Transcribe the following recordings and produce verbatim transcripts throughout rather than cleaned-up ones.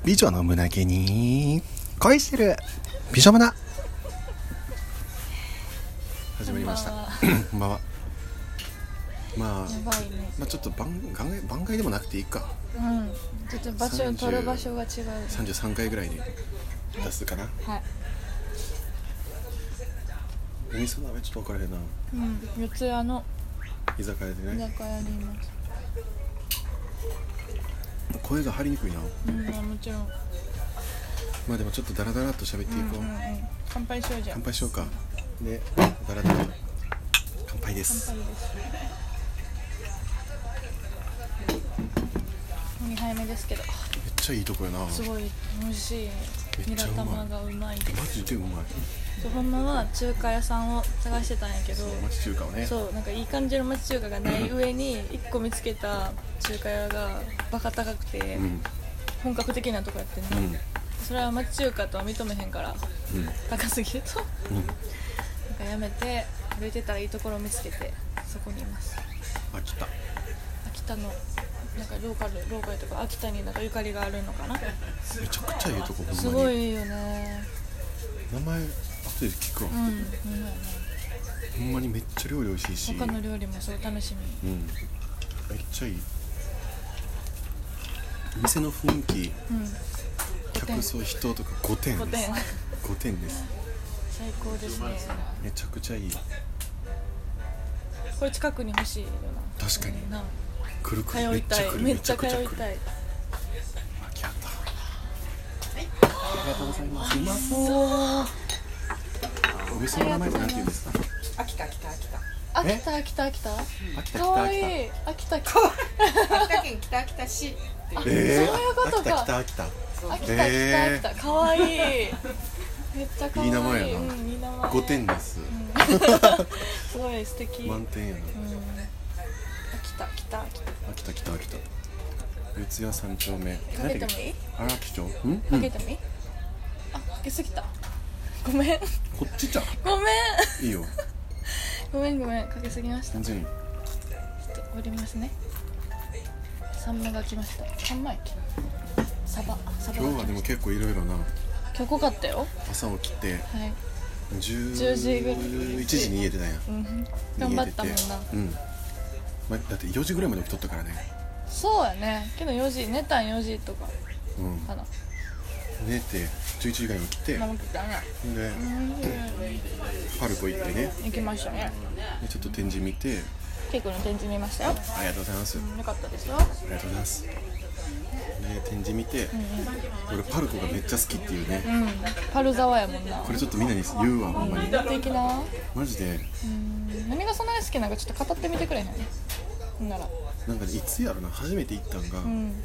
美女の胸毛に恋してる美女胸始まりました。こんばんは。まあ、 やばいね。 まあちょっと番外番外でもなくていいか。 うんちょっと場所取る場所が違う。 さんじゅうさんかいぐらいで出すかな。 はい。 お店の名前ちょっと分からへんな。 うん四谷の居酒屋で居ね。 酒屋にいます。 声が張りにくいな。 うんまあもちろん。 まあでもちょっとダラダラっと喋っていこう。 うんうんうん、乾杯しようじゃん。 乾杯しようか。でダラダラ乾杯です。 乾杯です。にはいめですけど。 めっちゃいいとこやな。 すごい美味しい。ニラ玉がうまいです。 マジでうまい。 そうほんまは中華屋さんを探してたんやけど、 町中華をね。 そうなんかいい感じの町中華がない上にいっこ見つけた中華屋がバカ高くて、 うん。 本格的なとこやってんね、 うん。 それは町中華とは認めへんからうん。 高すぎるとうん。 なんかやめて歩いてたらいいところを見つけてそこにいます。 秋田。 秋田のなんかローカルローカルとか秋田になんかゆかりがあるのかな。 めちゃくちゃいいとこほんまに。 すごいいいよね。 名前後で聞くわ。 うんうんねほんまにめっちゃ料理美味しいし。 他の料理もそう楽しみ。 うん。めっちゃいい。店の雰囲気、 うん客層人とかごてんごてんです。ごてんです。 最高ですね。 めちゃくちゃいい。 これ近くに欲しいよな。 確かになくるく通いたい。めっちゃ通いたい。 秋田。ありがとうございます。うまそう。お店の名前ってなんて言うんですか。 秋田秋田秋田秋田秋田秋田秋田かわいい。秋田秋田秋田県北秋田市っていうえー、 そういうことか秋田秋田秋田。 秋田えー秋田秋田かわいい。めっちゃかわいい。 いい名前やな。 うん、いい名前。 ごてんです。 すごい素敵。 満点やな。 うん、秋田秋田秋田秋田北秋田。四谷三丁目。 かけてもいい？ 荒木町。うん？ かけてもいい？あ、かけすぎた。ごめん。 こっちじゃん。 ごめん。 いいよ。 ごめんごめんかけすぎました。 全然いい。 ちょっと折りますね。サンマが来ました。サンマ焼き。サバ。サバが来ました。 今日はでも結構いろいろな。 今日濃かったよ。 朝起きてはい。 じゅうじゅうじぐらいいちじに家出たんや。 うん。頑張ったもんな。 うん。まだってよじぐらいまで起きとったからね。 そうやね。けどよじ寝たんよじとかうん。 かな。 寝てじゅういちじぐらいに起きて、で生きたね。うん。 パルコ行ってね。 行きましたね。 でちょっと展示見て、 ケイ君の展示見ましたよ。 ありがとうございます。 うん、よかったですよ。 ありがとうございます。で展示見て、俺パルコがめっちゃ好きっていうね。 うん。パルザワやもんな。 これちょっとみんなに言うわ、ほんまに。 やっていきな。 マジでうん。何がそんなに好きなのかちょっと語ってみてくれへん。ほんなら。 なんかね、いつやろな、初めて行ったんが、 うん。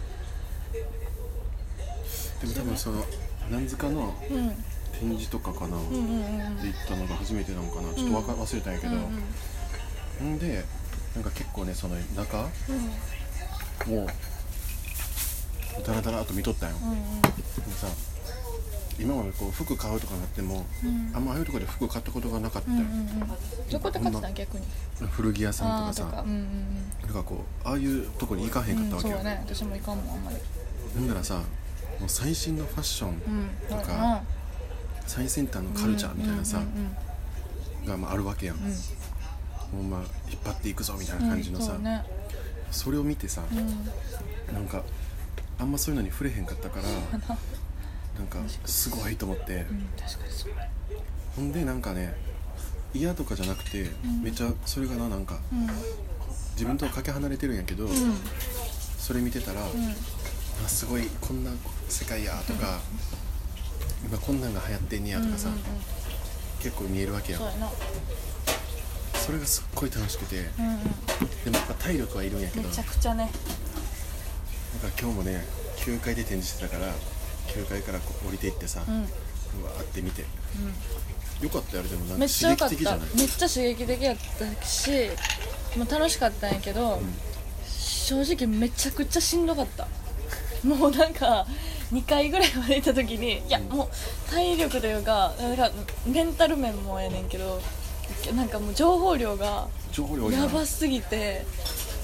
でも多分その何塚のうん。 展示とかかな、 うんうんうんで行ったのが初めてなのかな、ちょっとわか忘れたんやけど、んでなんか結構ね、その中もうダラダラっと見とったんよ。 うんうんでさ、今までこう服買うとかなっても、 うんあんまああいうところで服買ったことがなかったよ、 うんうんうん。どこで買ってたん逆に。 古着屋さんとかさ、 あーとか。うんうんなんかこうああいうとこに行かへんかったうん。 わけよ、 そうやね。私も行かんもんあんまり。 なんならさ、もう最新のファッションうん。 とか、最先端のカルチャーみたいなさ、 うんうんがまああるわけやん、 うんもうまあ引っ張っていくぞみたいな感じのさ、 うん、そうね。 それを見てさ、 うん。 なんかあんまそういうのに触れへんかったからなんかすごいと思って、 うん、確かにそう。 ほんでなんかね、嫌とかじゃなくて、 んめっちゃそれがな、なんかうん。 自分とはかけ離れてるんやけど、 うん。 それ見てたら、 うん。 あすごいこんな世界やとか、今こんなんが流行ってんねやとかさ、 うんうんうん、 結構見えるわけやん。 そうやな。 それがすっごい楽しくて、 うんうん。 でもやっぱ体力はいるんやけど、 めちゃだくちゃね。 から今日もねきゅうかいで展示してたから、きゅうかいからこう降りていってさ、 うん。うん。 うわーって見て、よかったよ。でもなんめかっちゃ良かった。 刺激的じゃない？ めっちゃ刺激的やったし、もう楽しかったんやけど、正直めちゃくちゃしんどかった。もうなんかにかいぐらいまで行った時に、いやもう体力というか、なんかメンタル面もやねんけど、なんかもう情報量が情報量多いな。 やばすぎて、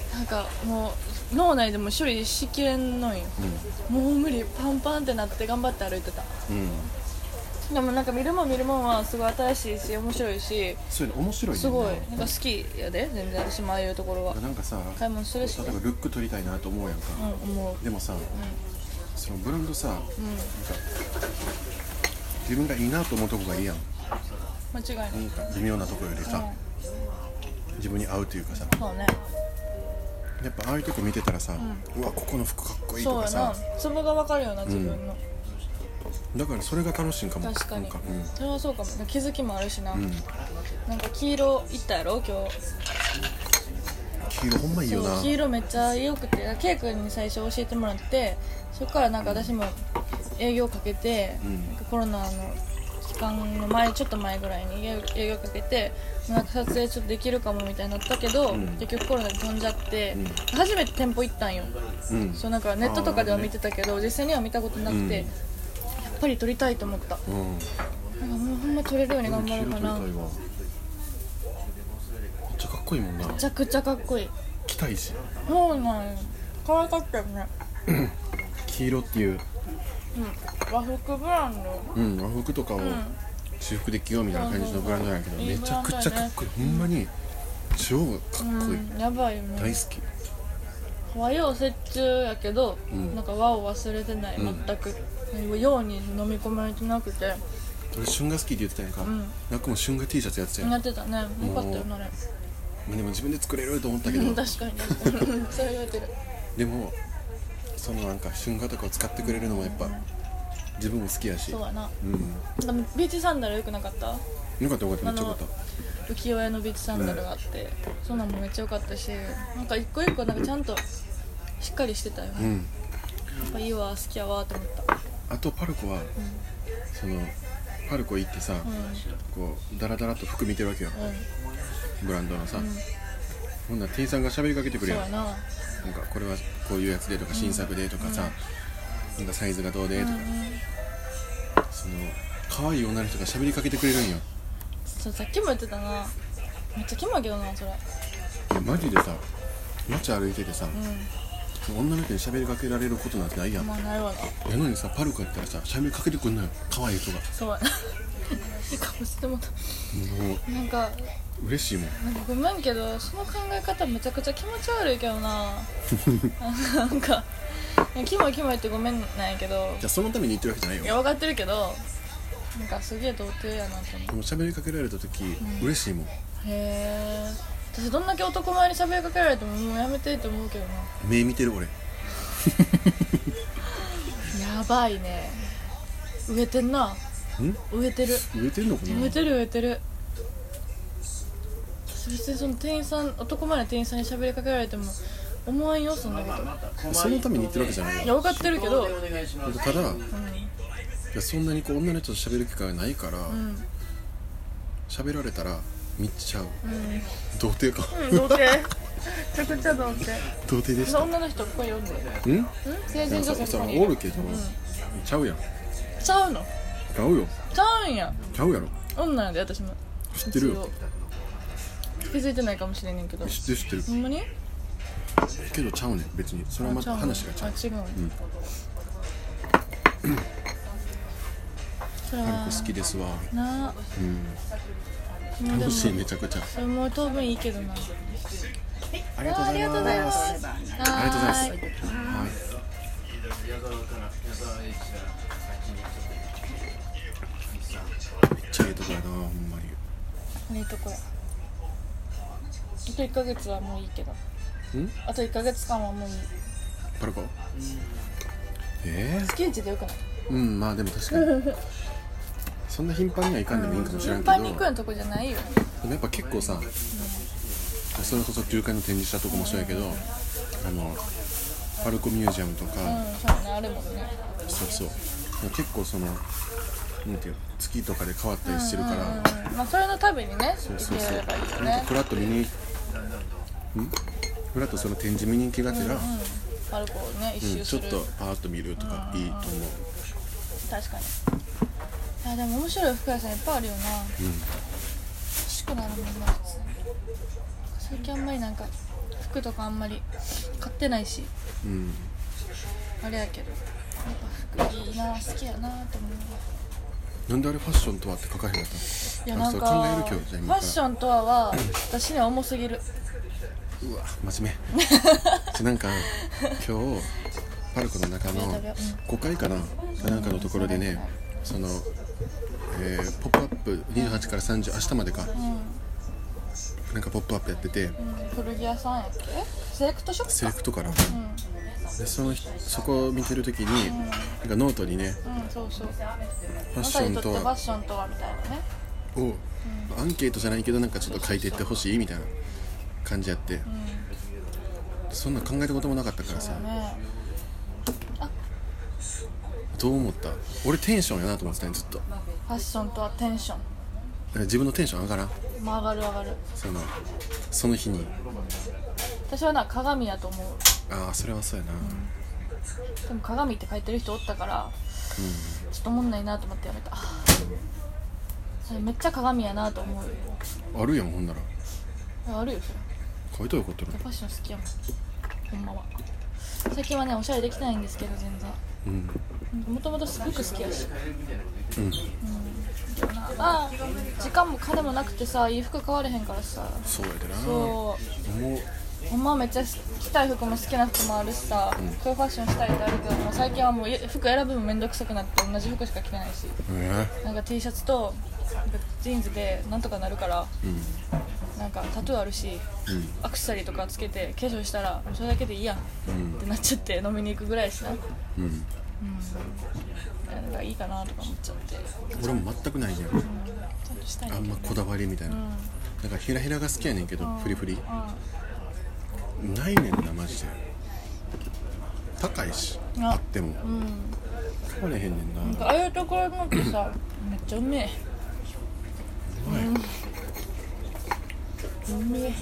なんかもう脳内でも処理しきれんのんよ、うん、もう無理パンパンってなって頑張って歩いてた、うん、でもなんか見るもん見るもんはすごい新しいし面白いし、 そういうの面白いね、 すごいなんか好きやで全然私もああいうところはなんかさ買い物するし、ね、 例えばルック取りたいなと思うやんか、うん、思うでもさ、うん、そのブランドさ、うん、なんか自分がいいなと思うとこがいいやん、 間違いない、 なんか微妙なところよりさ、うん、自分に合うというかさ、 そうね、 やっぱああいうとこ見てたらさ、うん、うわここの服かっこいいとかさ、 そうやな、ツボが分かるよな自分の、 うん、だからそれが楽しいんかも。 確かになんか、 うん、それはそうかも、気づきもあるしな、 うん、 なんか黄色いったやろ今日。 黄色ほんまいいよな。 そう黄色めっちゃ良くて、ケイ君に最初教えてもらって、そこからなんか私も営業かけて、うん、なんかコロナの期間の前ちょっと前ぐらいに営業かけて、なんか撮影ちょっとできるかもみたいになったけど、うん、結局コロナで飛んじゃって、うん、初めて店舗行ったんよ、うん、そうなんかネットとかでは見てたけど、ね、実際には見たことなくて、うん、やっぱり撮りたいと思った、うん、なんかもうほんま撮れるように頑張ろうかな。めっちゃかっこいいもんな。 めちゃくちゃかっこいい。 着たいし。 そうなんよ。可愛かったよね。 黄色っていう、うん、 和服ブランド。 うん、和服とかを私服で着ようみたいな感じのブランドなんやけど、めちゃくちゃかっこいい。ほんまに超かっこいい。 うん、やばいよね。 大好き。 和洋折衷やけど、うん、なんか和を忘れてない、全く。うん、洋に飲み込まれてなくて。 俺春画好きって言ってたやんか、うん、なんかもう春画 T シャツやってたやん。 やってたね、よかったよなあれ。 でも自分で作れると思ったけど確かに確かにそれ言われてる。 でもそのなんか春画とかを使ってくれるのもやっぱ自分も好きやし。 そうやな、うん、でもビーチサンダル良くなかった？ よかったよかった、めっちゃよかった。 浮世絵のビーチサンダルがあって、うん、そんなんもめっちゃ良かったし、なんか一個一個なんかちゃんとしっかりしてたよね、うん、やっぱいいわ、好きやわと思った。 あとパルコは、うん、そのパルコ行ってさ、うん、こうダラダラと服見てるわけよ、うん、ブランドのさ、うん、ほんなら店員さんが喋りかけてくれる。そうやな。なんかこれはこういうやつでとか、新作でとかさ、うん、なんかサイズがどうでとか、うん、その可愛い女の人が喋りかけてくれるんよ。 そう、さっきも言ってたな。めっちゃキモいけどなそれ。いやマジでさ、街歩いててさ、うん、女の人に喋りかけられることなんてないやん。 まあないわな。 やのにさ、パルコやったらさ、喋りかけてくんのよ、可愛い人が。 そうやな。いいかもしてもた。もうなんか嬉しいもん。 なんかごめんけど、その考え方めちゃくちゃ気持ち悪いけどな。なんかキモいキモいってごめんなんやけど。 じゃあそのために言ってるわけじゃないよ。 いや分かってるけど、なんかすげえ童貞やなと思って。 でも喋りかけられた時、うん、嬉しいもん。へえ。私どんだけ男前に喋りかけられてももうやめてって思うけどな。 目見てる俺。 やばいね。植えてんな。 ん？ 植えてる。 植えてんのかな？ 植えてる植えてる。そしてその店員さん、男前の店員さんに喋りかけられても思わんよ、そんなこと。 そのために言ってるわけじゃないよ。 いや分かってるけど、 ただ、うん、いやそんなにこう女の人と喋る機会がないから、喋、うん、られたら見ちゃう、うん、童貞か、 うん、童貞めちゃくちゃ童貞童貞でした。 女の人ここ読んでん？ん？ 成人女性ここにおるけど、うん、ちゃうやん。 ちゃうの？ ちゃうよ。 ちゃうんや。 ちゃうやろ。 女なんで私も知ってるよ。 気づいてないかもしれんねんけど。 知ってる知ってる。 ほんまに？ けどちゃうねん、別にそれはまた話がちゃう。 あ、違う、 うん、パルコ好きですわな。 うん、楽しい、めちゃくちゃ。 それもう当分いいけどな。 ありがとうございます。ありがとうございます。ありがとうございます。はい。めっちゃいいとこやな、ほんまに。 いいとこや。あといっかげつはもういいけど。 ん？ あといっかげつかんはもういい。 パルコ？えー、 月一でよくない？ うん、まあでも確かにそんな頻繁にはいかんでもいいかもしれんけど、 頻繁に行くようなとこじゃないよ。 でもやっぱ結構さ、うん、それこそ中華の展示したとこもそうやけど、うん、あのパルコミュージアムとか、うん、 そうね、あれもね、 そうそう、結構そのなんていうの、月とかで変わったりしてるから、うんうんうん、まあそれのたびにね、 そうそうそう、 行ければいいよね。 なんかフラッと見にんフラッとその展示見に行きがてら、うんうん、 パルコをね一周する、 うん、ちょっとパーッと見るとかいいと思う、うんうん、 確かに。いやでも面白い服屋さんいっぱいあるよな。欲しくなるもんな。最近あんまりなんか服とかあんまり買ってないし、 うん、 あれやけどやっぱ服いいな、好きやなと思う。 なんであれファッションとはって書かへんかったの？ いやなんか考える今日じゃあ今からファッションとはは私には重すぎる。 うわ真面目ちょなんか今日パルコの中のごかいかな、なんかのところでね、その、えー、ポップアップにじゅうはちからさんじゅう明日までか、うん、なんかポップアップやってて、うん、 古着屋さんやっけ、セレクトショップか、 セレクトかな、うん、でそのそこを見てるときに、うん、なんかノートにね、うん、そうそうファッションとはファッションとはみたいなねを、うん、アンケートじゃないけどなんかちょっと書いていってほしいみたいな感じやって、うん、そんな考えたこともなかったからさ、ね、あどう思った？俺テンションやなと思ってたね、ずっと。ファッションとはテンション、自分のテンション上がらん？まあ、上がる上がる。そのその日に私はな鏡やと思う。ああそれはそうやな、うん、でも鏡って書いてる人おったから、うん、ちょっとおもんないなと思ってやめた。それめっちゃ鏡やなと思う。あるやんほんなら。あるよそれ。書いたらよかったら。ファッション好きやもんほんまは。最近はねおしゃれできないんですけど全然。うん。もともとすごく好きやし。うん。うん、ああ時間も金もなくてさいい服買われへんからさ。そうやでな。そう。もうほんまめっちゃ着たい服も好きな服もあるしさ、うん、こういうファッションしたいってあるけども最近はもう服選ぶのめんどくさくなって同じ服しか着てないし、えー、なんか T シャツとジーンズでなんとかなるから、うん、なんかタトゥーあるし、うん、アクセサリーとかつけて化粧したらそれだけでいいやん、うん、ってなっちゃって飲みに行くぐらいしな、うんうん、なんかいいかなとか思っちゃって。俺も全くないじゃん、うん、ちゃんとしたいんだけどね、あんまこだわりみたいな、うん、だからヒラヒラが好きやねんけど、うん、フリフリ、うん、ないねんなマジで。高いしあっても、うん、買われへんねんな。なんかああいうところのってさめっちゃうめえ。うまい、うん、うめえ。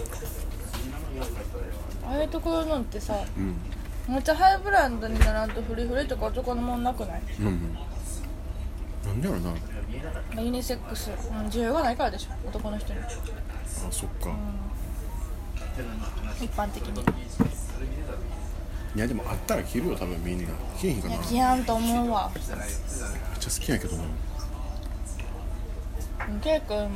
ああいうところのってさ、うん、めっちゃハイブランドにならんとフリフリとか男のもんなくない？うん、うん、なんでやろな。ユニセックス、うん、需要がないからでしょ男の人に。あそっか、うん、一般的に。いやでもあったら着るよ多分みんな。着へんかな。いや着やんと思うわ。めっちゃ好きやけどな。ケイ君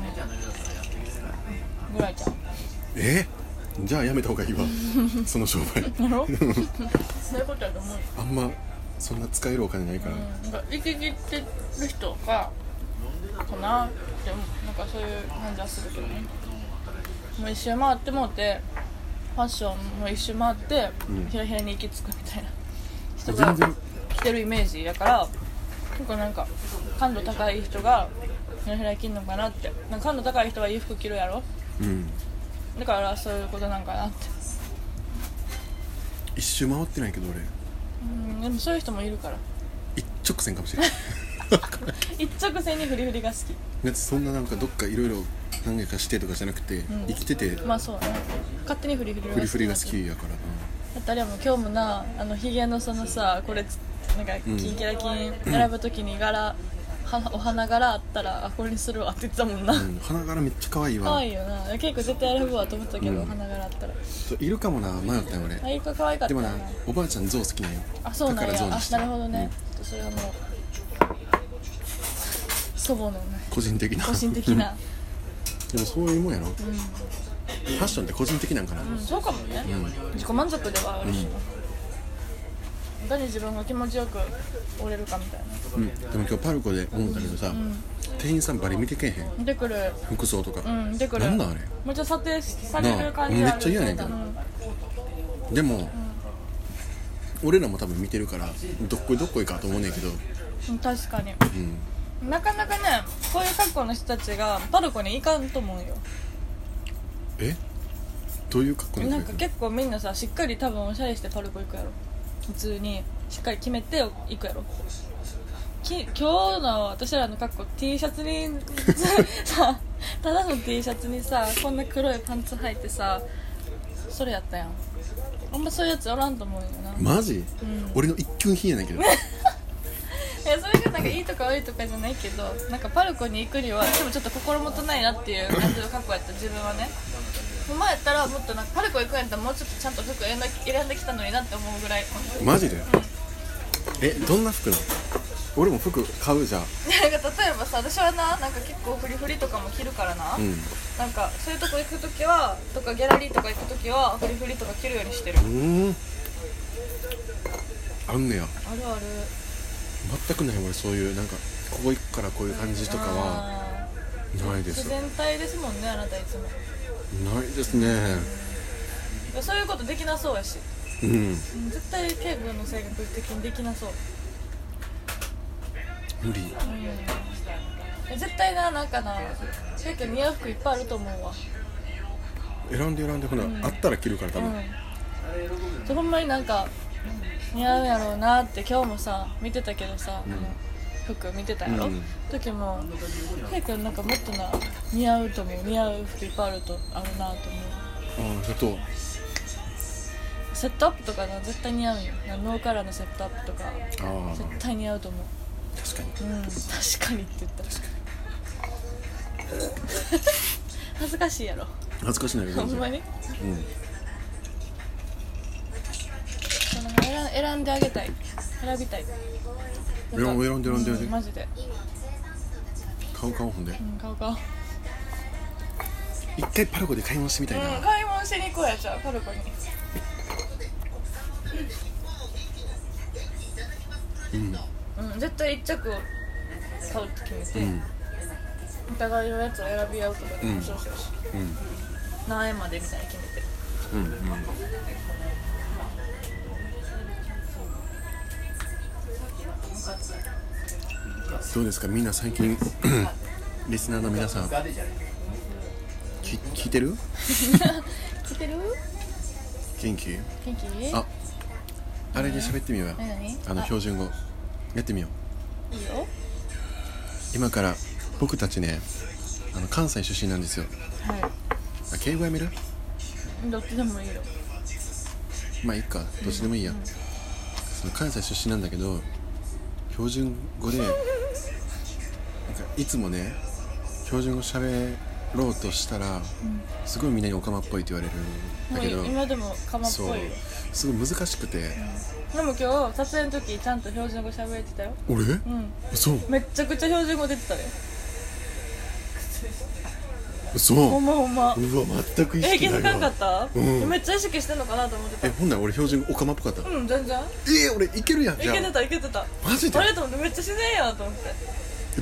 ぐらいちゃう。えー、じゃあやめた方がいいわその商売。やろそういうことやと思う。あんまそんな使えるお金ないから、うん、なんか生き切ってる人かかなってなんかそういう感じはするけどね。もう一周回ってもうてファッションも一周回って、うん、ひらひらに行き着くみたいな人が着てるイメージやから結構なんか感度高い人がひらひら着んのかなって。なんか感度高い人はいい服着るやろ、うん、だからそういうことなんかなって。一周回ってないけど俺、うん、でもそういう人もいるから一直線かもしれない一直線にフリフリが好き。だってそんななんかどっかいろいろ何回かしてとかじゃなくて、うん、生きててまあそうね勝手にフリフリが好き。フリフリが好きやからな。だってあれはもう今日もなあのヒゲのそのさこれなんかキンキラキン選ぶときに柄、うん、お花柄あったらあこれにするわって言ってたもんな、うん、花柄めっちゃ可愛いわ。可愛いよな。結構絶対選ぶわと思ったけど、うん、花柄あったらそういるかもな。迷ったよ俺。あいるか可愛かったな。でもなおばあちゃん象好きなんよ。あそうなんや。だから象にした。あなるほどね、うん、それはもう祖母のね個人的な個人的なでもそういうもんやろ、うん、ファッションって個人的なんかな、うん、そうかもね、うん、自己満足ではあるし、いかに自分が気持ちよく折れるかみたいな、うん、でも今日パルコで思ったけどさ、うん、店員さんバリ見てけえへん。見てくる。服装とか、うん、見てくる。なんだあれめっちゃ査定される感じある。めっちゃ嫌やねんけど、うん、でも、うん、俺らも多分見てるからどっこいどっこいかと思うねんけど、うん、確かに、うん、なかなかねこういう格好の人たちがパルコに行かんと思うよ。えどういう格好の人？なんか結構みんなさしっかり多分おしゃれしてパルコ行くやろ。普通にしっかり決めて行くやろ。き今日の私らの格好 T シャツにさただの T シャツにさこんな黒いパンツ履いてさそれやったやん。あんまそういうやつおらんと思うよな。マジ、うん、俺の一級品やねんけどいやそれがなんかいいとか悪いとかじゃないけどなんかパルコに行くにはでもちょっと心もとないなっていう感じの格好やった自分はね。 ほんまやったらもっとなんかパルコ行くんやったらもうちょっとちゃんと服選んで選んできたのになって思うぐらい。 マジで、うん、えどんな服なの？俺も服買うじゃん。 なんか例えばさ、私はな、なんか結構フリフリとかも着るからな、うん、なんかそういうとこ行くときはとかギャラリーとか行くときはフリフリとか着るようにしてる。うーん、あんねや。 あるある。 全くない俺そういうなんかここ行くからこういう感じとかはないです。 自然体ですもんね、あなたいつも。 ないですね、 うん、そういうことできなそうやし、 うん、 絶対ケイ君の性格的にできなそう。 無理、 うん、絶対な、なんかな、ケイ君似合う服いっぱいあると思うわ。 選んで選んで、ほな、うん、あったら着るから多分、 うん、ほんまになんか似合うやろうなって今日もさ見てたけどさ、うん、服見てたやろ、うん、時もケイ君なんかもっとな似合うと思う。似合う服いっぱいあるとあるなと思う。ああ、ちょっとセットアップとかな絶対似合うよ。ノーカラーのセットアップとか絶対似合うと思う。 確かに、 うん、確かにって言ったら確かに恥ずかしいやろ。 恥ずかしないけどほんまに、うん、その選, 選んであげたい。選びたい。 選んで選んで選んで、 うん、マジで買う買うほんで、 うん、買う買う。 一回パルコで買い物してみたいな、 うん、買い物しに行こうや。じゃあパルコにうん、うん、絶対一着を買うって決めて、うん、お互いのやつを選び合うとかでもそうそうし、うん、何円までみたいに決めて、うんうん、 どうですかみんな最近リスナーの皆さんき聞いてる聞いてる元気元気。 ああれで喋ってみようよ。あの標準語やってみよう。いいよ。 今から僕たちね、あの関西出身なんですよ。 はい。 あ、敬語やめる？ どっちでもいいよ。 まあいいか、どっちでもいいや、うん、その関西出身なんだけど標準語でなんかいつもね標準語喋ろうとしたら、うん、すごいみんなにオカマっぽいって言われるんだけど、 今でもカマっぽいよ。 すごい難しくて、うん、 でも今日撮影の時ちゃんと標準語喋れてたよ。 俺？うん。そう。 めっちゃくちゃ標準語出てたよ。 嘘。 ほんまほんま。 うわ全く意識ないわ。 え、気づかなかった？うん。めっちゃ意識してんのかなと思ってた。 え、ほんなら俺標準語オカマっぽかった？ うん、全然。 えー、俺いけるやん。 いけてたいけてた。 マジで？ あれと思ってめっちゃ自然やと思って。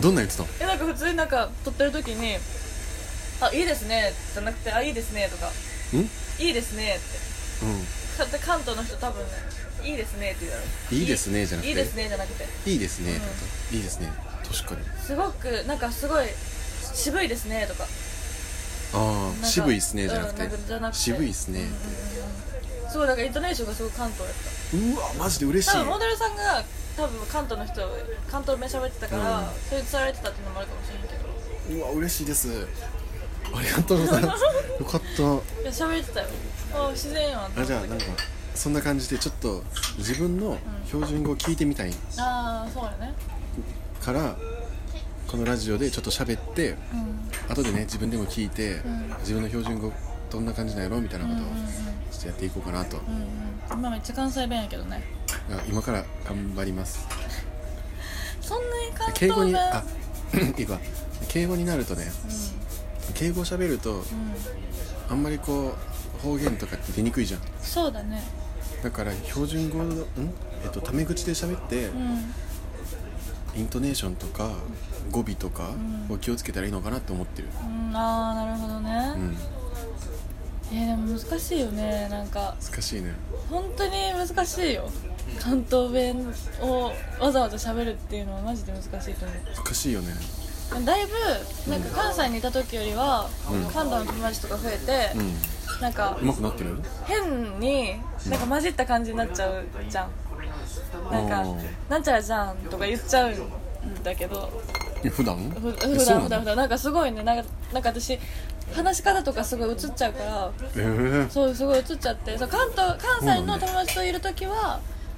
どんなん言ってたの？ え、なんか普通になんか撮ってる時にあ、いいですねじゃなくて、あ、いいですねとか、ん？いいですねって。うん。関東の人多分ね、いいですねって言うだろ。 いいですねじゃなくて、 いいですねじゃなくて、 いいですねってこと、うん、いいですね。確かにすごくなんかすごい渋いですねとか、 ああ渋いっすねじゃなくて、 うん、じゃなくて渋いっすね、うんうんうん、すごいなんかイントネーションがすごい関東やった。うわマジで嬉しい。 多分モデルさんが多分関東の人関東弁喋ってたから、うん、それ伝えられてたっていうのもあるかもしれんけど。 うわ嬉しいです。ありがとうございます。よかった。いや喋ってたよ。あ、自然やん。 あ、じゃあなんかそんな感じでちょっと自分の標準語を聞いてみたい、うん、 ああそうやね。からこのラジオでちょっと喋って、うん、後でね自分でも聞いて、うん、自分の標準語どんな感じなんやろみたいなことをちょっとやっていこうかなと、うんうんうん、今めっちゃ関西弁やけどね。 今から頑張ります。 そんなに関東弁敬語にあいいわ敬語になるとね、うん、敬語を喋ると、うん、あんまりこう方言とかって出にくいじゃん。 そうだね。 だから標準語ん、えっと、タメ口で喋って、うん、イントネーションとか語尾とかを気をつけたらいいのかなって思ってる、 うん、ああなるほどね、うん、えー、でも難しいよね。なんか難しいね。 本当に難しいよ。関東弁をわざわざ喋るっていうのはマジで難しいと思う。 難しいよね。だいぶなんか関西にいた時よりは、うん、関東の友達とか増えて、うん、なんか上手くなってる？ 変になんか混じった感じになっちゃうじゃん。なんかなんちゃらじゃんとか言っちゃうんだけど。 普段？ ふ普段普段普段なんかすごいね。なんかなんか私話し方とかすごい映っちゃうから、えー、そうすごい映っちゃって、そう関東関西の友達といる時は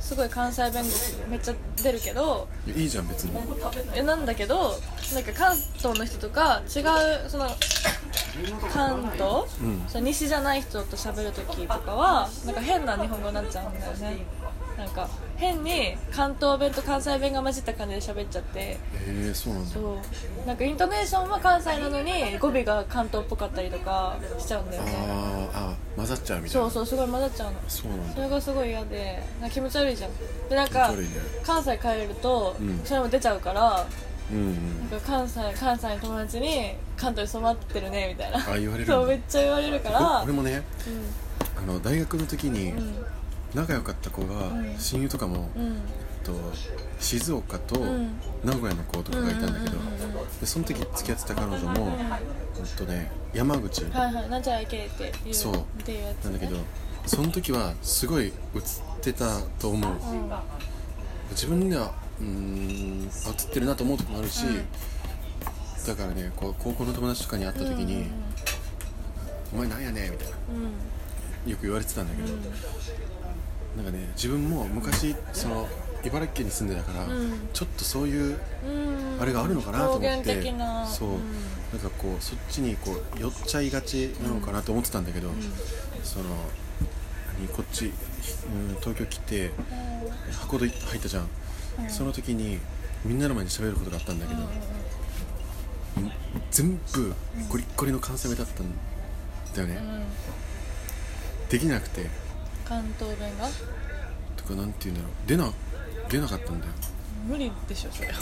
すごい関西弁めっちゃ出るけど、 いやいいじゃん別に。 えなんだけどなんか関東の人とか違うその関東、 うん、 その西じゃない人と喋るときとかはなんか変な日本語になっちゃうんだよね。なんか変に関東弁と関西弁が混じった感じで喋っちゃって、 へえそうなんだ。 そうなんかイントネーションは関西なのに語尾が関東っぽかったりとかしちゃうんだよね。 ああ混ざっちゃうみたいな。 そうそうすごい混ざっちゃうの。 そうなんだ。 それがすごい嫌でなんか気持ち悪いじゃん。でなんか、 ね、 関西帰ると、うん、それも出ちゃうから、うんうん、なんか関西関西の友達に関東に染まってるねみたいな。 あ言われる。 そうめっちゃ言われるから。 俺もね、うん、あの大学の時に、うん仲良かった子が、うん、親友とかも、うん、と静岡と名古屋の子とかがいたんだけど、でその時付き合ってた彼女も、うん、とね山口、 はいはい、なんちゃらいけっていうそうっていうやつ、ね、なんだけどその時はすごい映ってたと思う、うん、自分ではうーん映ってるなと思う時もあるし、うん、だからねこう高校の友達とかに会った時に、うんうん、お前なんやねんみたいな、うん、よく言われてたんだけど、うんなんかね、自分も昔その茨城県に住んでたから、うん、ちょっとそういうあれがあるのかなと思って、なそう、うん、なんかこうそっちにこう寄っちゃいがちなのかなと思ってたんだけど、うん、その何こっち、うん、東京来て、うん、箱で入ったじゃん、うん、その時にみんなの前で喋ることがあったんだけど、うん、全部ゴリッゴリの関西弁だったんだよね、うん、できなくて関東弁がとかなんて言うんだろう出な出なかったんだよ。 無理でしょそれ。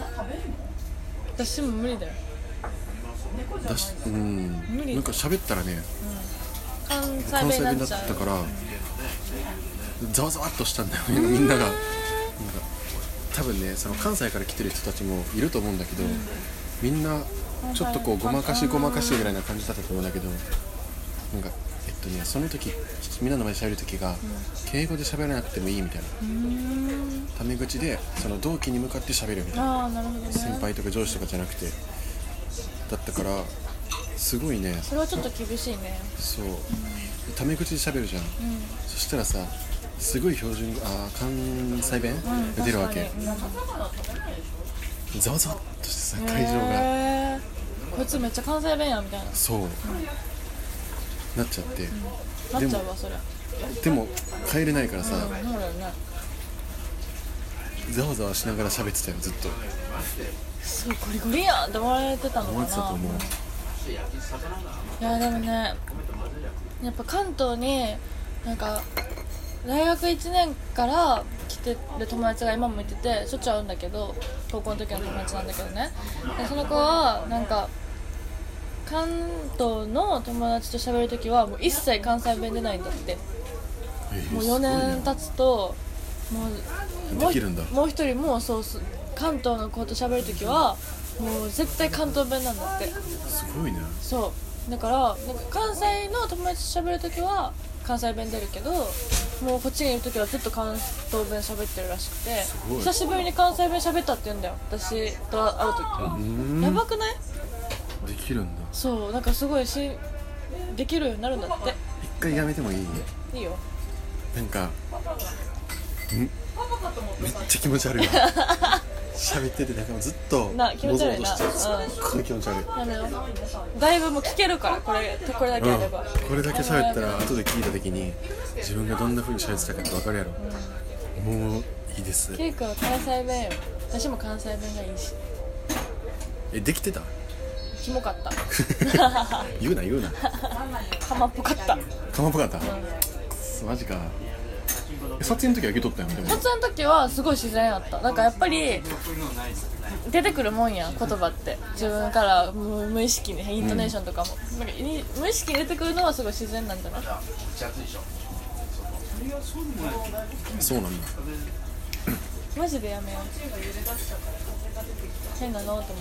私も無理だよ。 だしうん無理なんか喋ったらね、 うん、関西弁になっちゃう。 関西弁だったから、うん、ざわざわっとしたんだよねみんなが。なんか多分ねその関西から来てる人たちもいると思うんだけど、うん、みんなちょっとこうごまかしごまかしぐらいな感じだったと思うんだけど、なんかえっとね、その時みんなの前で喋る時が、うん、敬語で喋らなくてもいいみたいな、タメ口でその同期に向かって喋るみたいな、 あ、なるほどね、 先輩とか上司とかじゃなくてだったからすごいね。 それはちょっと厳しいね。 そう、うん、タメ口で喋るじゃん、うん、そしたらさすごい標準あ関西弁が出るわけ、ざわざわっとしてさ会場がこいつめっちゃ関西弁やみたいなそう、うんなっちゃって、うん、 なっちゃうわそりゃ。 でも帰れないからさ、うん、 そうだよね、 ざわざわしながら喋ってたよずっと。 そうゴリゴリやんって思われてたのかな。 思ってたと思う。 いやでもねやっぱ関東になんか大学いちねんから来てる友達が今もいててしょっちゅう会うんだけど高校の時の友達なんだけどね、でその子はなんか関東の友達と喋るときはもう一切関西弁出ないんだって、えー、もうよねん経つともうできるんだ。 もう一人もそう関東の子と喋るときはもう絶対関東弁なんだって。 すごいね。 そうだからなんか関西の友達と喋るときは関西弁出るけどもうこっちにいるときはずっと関東弁喋ってるらしくて、久しぶりに関西弁喋ったって言うんだよ私と会うときは。やばくない？ できるんだ。 そうなんかすごいしできるようになるんだって。 一回やめてもいい？ いいよ。 なんかんめっちゃ気持ち悪いわ喋っててなんかずっとな気持ち悪いな、 すっごい気持ち悪い。 だいぶもう聞けるからこれこれだけあれば、うん、 これだけ喋ったら後で聞いた時に自分がどんな風に喋ってたかって分かるやろ、うん、もういいです。 ケイ君は関西弁よ。私も関西弁がいいし。 えできてた？ キモかった言うな言うなカマっぽかったカマっぽかった、うん、マジか。撮影の時は受け取ったよ。でも撮影の時はすごい自然やった。なんかやっぱり出てくるもんや言葉って自分から無意識にイントネーションとかも、うん、なんか無意識に出てくるのはすごい自然なんじゃない？ そうなんだマジでやめよう。変なのと思う。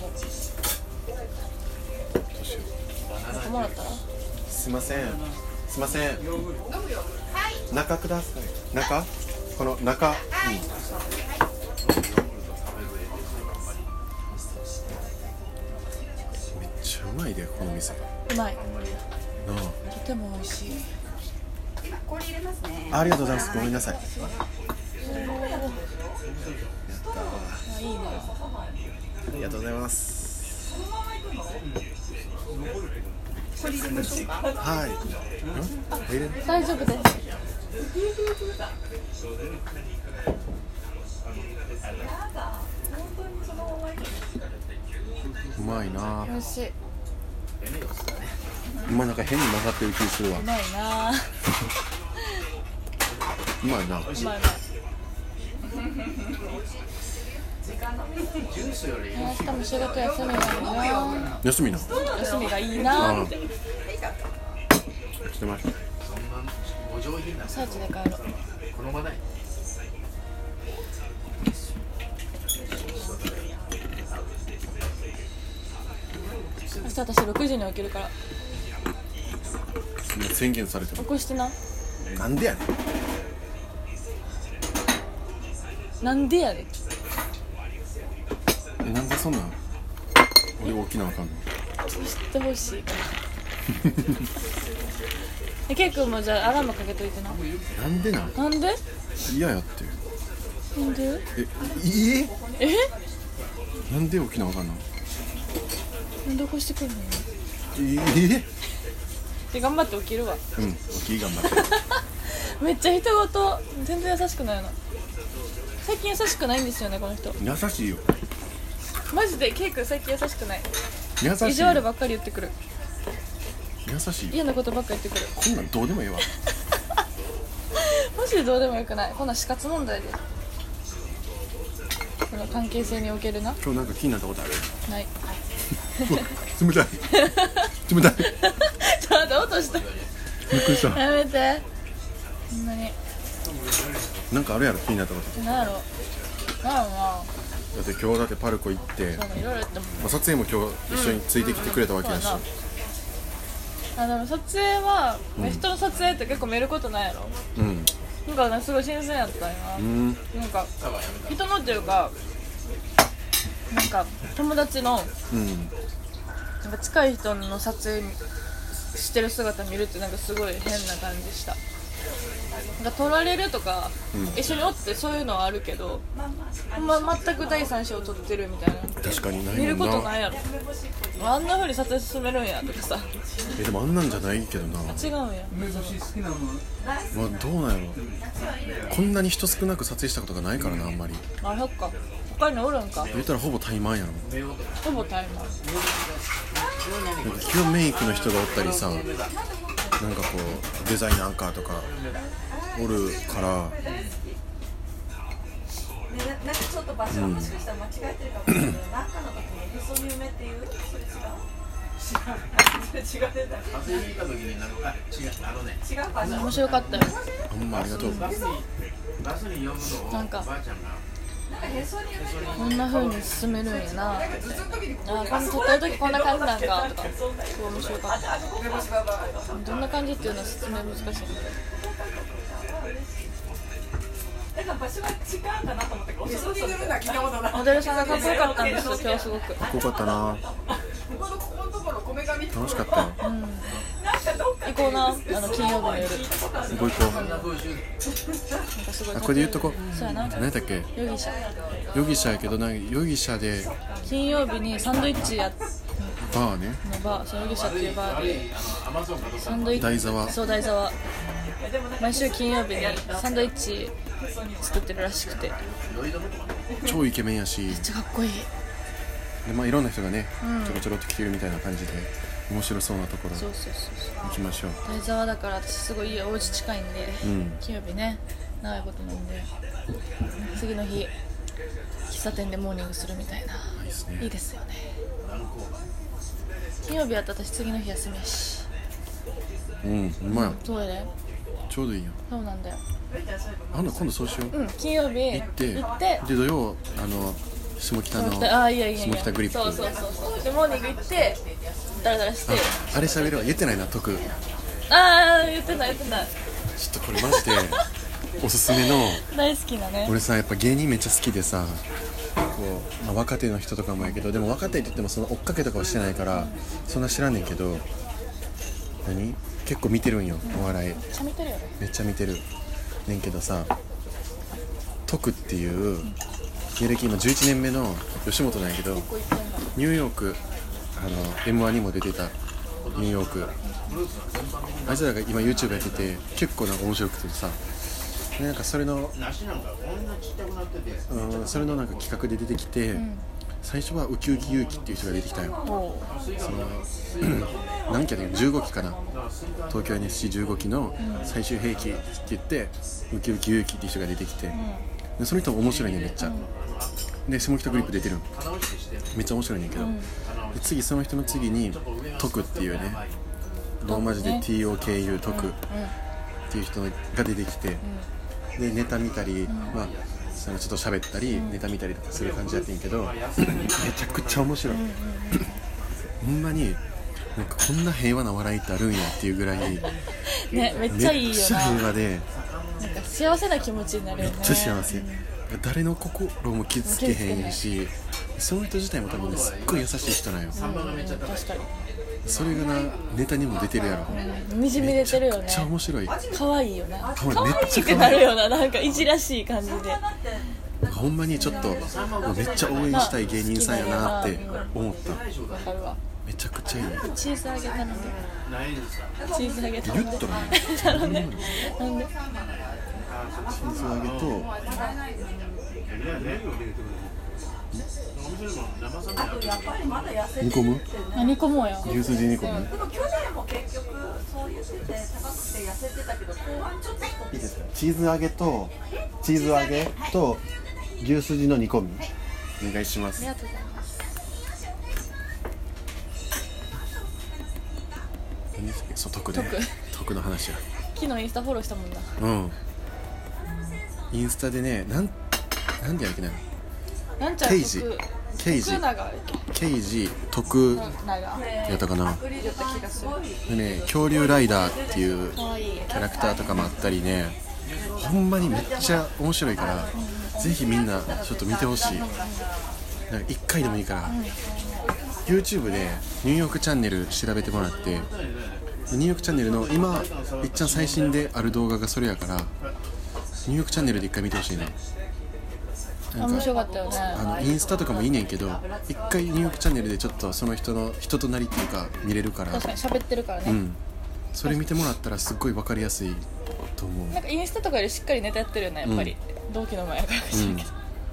なんかもらったらすいませんすいません中ください。中この中、うん、めっちゃうまいでこの店。 うまいなあ。 とても美味しい。 氷入れますね。 ありがとうございます。ごめんなさい。 あ、いいね。 ありがとうございます。はい。ん？入れる？ 大丈夫です。 うまいな。 美味しい。 今なんか変に混ざってる気するわ。 うまいな。 うまいな。 うまいうまい。明日も仕事休みがいいな。 休みな。 休みがいいなって。 してました。 サーチで帰ろう。明日私ろくじに起きるから。 宣言されてる。 起こしてな。 なんでやねん。なんでやねん。 え、なんでそんなん俺起きなあかんの？ 知ってほしいからえ、ケイ君もじゃあアラームかけといてな。 なんでなん？ なんで？ 嫌やって。 なんで？ え、いいえ？ え？ なんで起きなあかんの？ なんで起こしてくるの？ ええ？ で、頑張って起きるわ。 うん、起き頑張ってめっちゃ人ごと全然優しくないの。最近優しくないんですよね、この人。 優しいよ。 マジでケイ君最近優しくない。 優しいよ。 意地悪ばっかり言ってくる。 優しい。 嫌なことばっかり言ってくる。 こんなんどうでもいいわマジでどうでもよくない。こんなん死活問題で。この関係性におけるな。 今日なんか気になったことある？ ない冷たい冷たいちょっと落とした。 びっくりした。 やめて。ほんまに。 なんかあるやろ、気になったこと。 なんやろ。なんやろな。 だって今日だってパルコ行って、 そういろいろ言っても、 まあ、撮影も今日一緒についてきてくれたわけやし、 うんうんうん、あ、でも撮影は、うん、人の撮影って結構見ることないやろ。うん。なんかね、すごい新鮮やったんやな。うん。なんか人のっていうか、なんか友達の、うん、なんか近い人の撮影してる姿見るってなんかすごい変な感じした。なんか撮られるとか、うん、一緒におってそういうのはあるけど、ほんま全く第三者を撮ってるみたいな。 確かにないもんな。 見ることないやろ。あんな風に撮影進めるんやとかさ。 え、でもあんなんじゃないけどな。 違うんや。 まあどうなんやろ。こんなに人少なく撮影したことがないからな、あんまり。 あ、そっか。他におるんか。 言ったらほぼタイマンやろ。 ほぼタイマン。 なんか基本メイクの人がおったりさ、なんかこうデザイナーかとかおるから、 なんかちょっと場所はもしかしたら間違えてるかもしれないけど、なんかの時にへそに梅っていう、それ違う？違う。違う。風邪ひいた時になんか違う、あのね。違う場所。 面白かったよ。 あんまありがとう。 なんかこんな風に進めるんやなって。あ、この撮ってる時こんな感じなんかとか、すごい面白かった。どんな感じっていうのは説明難しいんだけど。 場所が違うんだなと思って、お外に出るのは聞いたことない。 モデルさんがかっこよかったんですよ、今日すごく。 かっこよかったな。楽しかったよ。うん。 行こうな、あの金曜日の夜。 行こう行こう。なんかすごい。あ、これで言っとこう。 そうやな。 何やったっけ？ 容疑者。 容疑者やけど、なんか容疑者で。 金曜日にサンドイッチや。 バーね。 のバー、その容疑者っていうバーで。サンドイッチ。 台沢。 そう、台沢。毎週金曜日にサンドイッチ作ってるらしくて。 超イケメンやし。 めっちゃかっこいい。 で、まあいろんな人がね、 うん、 ちょろちょろっと来てるみたいな感じで面白そうなところそうそうそう行きましょう。 台沢だから私すごい家お家近いんで、うん、金曜日ね長いことなんで次の日喫茶店でモーニングするみたいな。いいですね。いいですよね。金曜日やったら私次の日休みやし。 うん、うまい。 そうやで。 ちょうどいいよ。 そうなんだよ。 あんな今度そうしよう。 うん、金曜日行って行ってで土曜あの下北のあ、いやいやいや下北グリップ。 そうそうそうそう。でモーニング行ってダラダラして。 あ, あれ喋るわ。言ってないな、徳。 ああ、言ってない言ってない。 ちょっとこれマジでおすすめの大好きなね。 俺さ、やっぱ芸人めっちゃ好きでさ、こう、まあ、若手の人とかもやけど、でも若手って言ってもその追っかけとかはしてないから、うん、そんな知らんねんけど、何結構見てるんよ、お笑い。 めっちゃ見てるよね。 めっちゃ見てるねんけどさ、 徳っていう芸歴今じゅういちねんめの吉本なんやけど、ニューヨークあの エムワン にも出てたニューヨーク、あいつらが今 YouTube やってて結構なんか面白くてさ、でなんかそれの、うん、それのなんか企画で出てきて、うん、最初はウキウキ勇気っていう人が出てきたよ。その何期やったっけじゅうごきかな、東京 エヌエスシーじゅうご 期の最終兵器って言ってウキウキ勇気っていう人が出てきて、うん、でその人も面白いねめっちゃ、うん、で下北グリップ出てるのめっちゃ面白いねんけど、うん、で次その人の次に徳っていうねローマ字で ティーオーケーユー 徳っていう人が出てきて、うん、でネタ見たり、うん、まあそのちょっと喋ったり、うん、ネタ見たりとかする感じやってんけどめちゃくちゃ面白い、うん、ほんまになんかこんな平和な笑いってあるんやっていうぐらいね、 めっちゃいいよな、めっちゃ平和でなんか幸せな気持ちになるよね。 めっちゃ幸せ、うん、誰の心も傷つけへんし、その人自体も多分ねすっごい優しい人なんよ、うん、確かにそれがなネタにも出てるやろ、 うん、にじみ出てるよね。 めっちゃ面白い、 可愛いよね、 可愛いめっちゃ可愛いってなるよな、なんかいじらしい感じでほんまにちょっとめっちゃ応援したい芸人さんやなって思った。わかるわ、めちゃくちゃいい。 チーズ揚げ頼んで、チーズ揚げ頼んで、 言ったらね頼んで、なんでチーズ揚げと煮込む？ あ、煮込もうや。 牛すじ煮込む？ でも去年も結局そう言ってて高くて痩せてたけど後半ちょっといいですか？チーズ揚げとチーズ揚げと牛すじの煮込みお願いします。 ありがとうございます。 そう徳で徳の話や。 昨日インスタフォローしたもんな。 うん。インスタでね、なんなんでやるっけな。 なんちゃらケイジケイジケイジ徳やったかな。でね、恐竜ライダーっていうキャラクターとかもあったりね、ほんまにめっちゃ面白いから、ぜひみんなちょっと見てほしい。なんかいっかいでもいいから、YouTube でニューヨークチャンネル調べてもらって、ニューヨークチャンネルの今いっちゃん最新である動画がそれやから、ニューヨークチャンネルでいっかい見てほしいね。なんか面白かったよね。 あのインスタとかもいいねんけど、いっかいニューヨークチャンネルでちょっとその人の人となりっていうか見れるから、 確かに喋ってるからね、 うん、それ見てもらったらすっごい分かりやすいと思う。 なんかインスタとかよりしっかりネタやってるよね、やっぱり、うん、同期の前やからかしらんけど、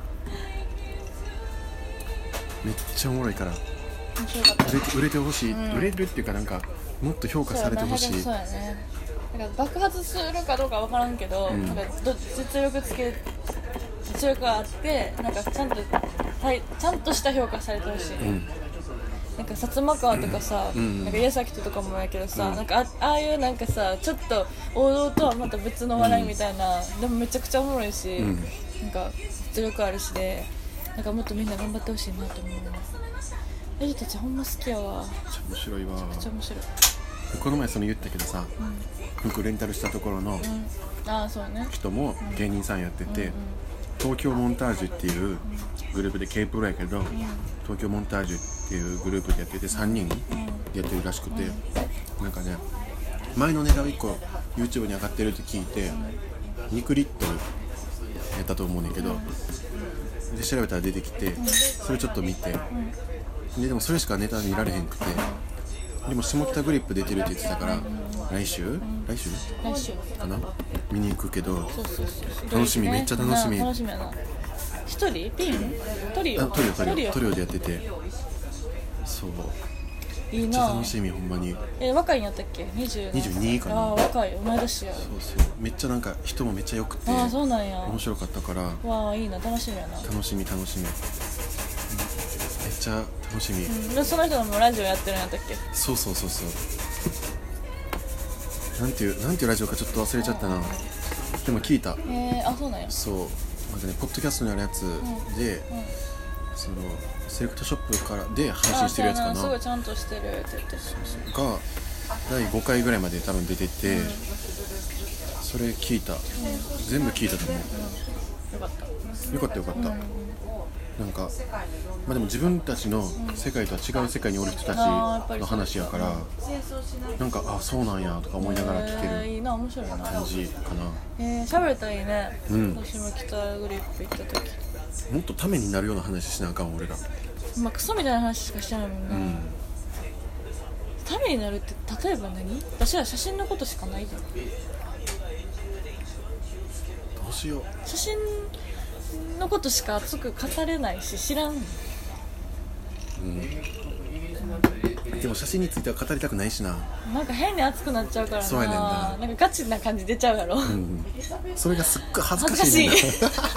うん、めっちゃおもろいから面白かった。 売れて売れてほしい、うん、売れるっていうかなんかもっと評価されてほしい。 そうやね。なんか爆発するかどうかわからんけど、うん、なんかど実力つけ実力があってなんかちゃんとちゃんとした評価されてほしい、うん、なんか薩摩川とかさ、うん、なんか矢崎とかもやけどさ、うん、なんか あ, ああいうなんかさちょっと王道とはまた別の笑いみたいな、うん、でもめちゃくちゃおもろいし、うん、なんか実力あるしで、なんかもっとみんな頑張ってほしいなと思う。エリたちほんま好きやわ。 めっちゃ面白いわ。 めっちゃ面白い。 この前その言ったけどさ、うん、服レンタルしたところの人も芸人さんやってて、うんうん、東京モンタージュっていうグループで K プロやけど、うん、東京モンタージュっていうグループでやっててさんにんでやってるらしくて、うん、なんかね前のネタをいっこ YouTube に上がってるって聞いて、うん、にリットルやったと思うねんけど、で調べたら出てきて、それちょっと見て、で, でもそれしかネタ見られへんくて、でも下北グリップ出てるって言ってたから、来週、うん、来週来週かな見に行くけど、 そうそうそう楽しみ、ね、めっちゃ楽しみ。 楽しみやな。一人ピントリオあトリオトリオトリオでやってて、そういいな。 めっちゃ楽しみほんまに。 え若いんやったっけ？にじゅうにじゅうにかな。 あ若い、同い年や。 そうそうめっちゃなんか人もめっちゃ良くて、 あそうなんや。 面白かったから。 わあいいな、楽しみやな。 楽しみ楽しみ。めっちゃ楽しみ、 うん、でその人もラジオやってるんやったっけ？ そうそうそうそうなんていうなんていうラジオかちょっと忘れちゃったな。でも聞いた。 えー、あそうなんや。 そうなんかねポッドキャストにあるやつで、うんうん、そのセレクトショップからで配信してるやつかな。 すごいちゃんとしてるって言って、 そうそうがだいごかいぐらいまで多分出てて、うん、それ聞いた、うん、全部聞いたと思う、 うん、よかったよかったよかった、 うん、 なんか、まあ、でも自分たちの世界とは違う世界におる人たちの話やから、なんかあそうなんやとか思いながら聞ける、 えー、いいな、面白いな感じかな。 えー、喋れたらいいね、 うん、 私も北グリップ行った時もっとためになるような話しなあかん俺ら。 まあクソみたいな話しかしてないもんな、うん、ためになるって例えば何？私は写真のことしかないじゃん。 どうしよう。 写真のことしか熱く語れないし知らん、うん、 でも写真については語りたくないしな。 なんか変に熱くなっちゃうからな。 そうやねんな。 なんかガチな感じ出ちゃうやろ、うん、 それがすっごい恥ずかしいねんな。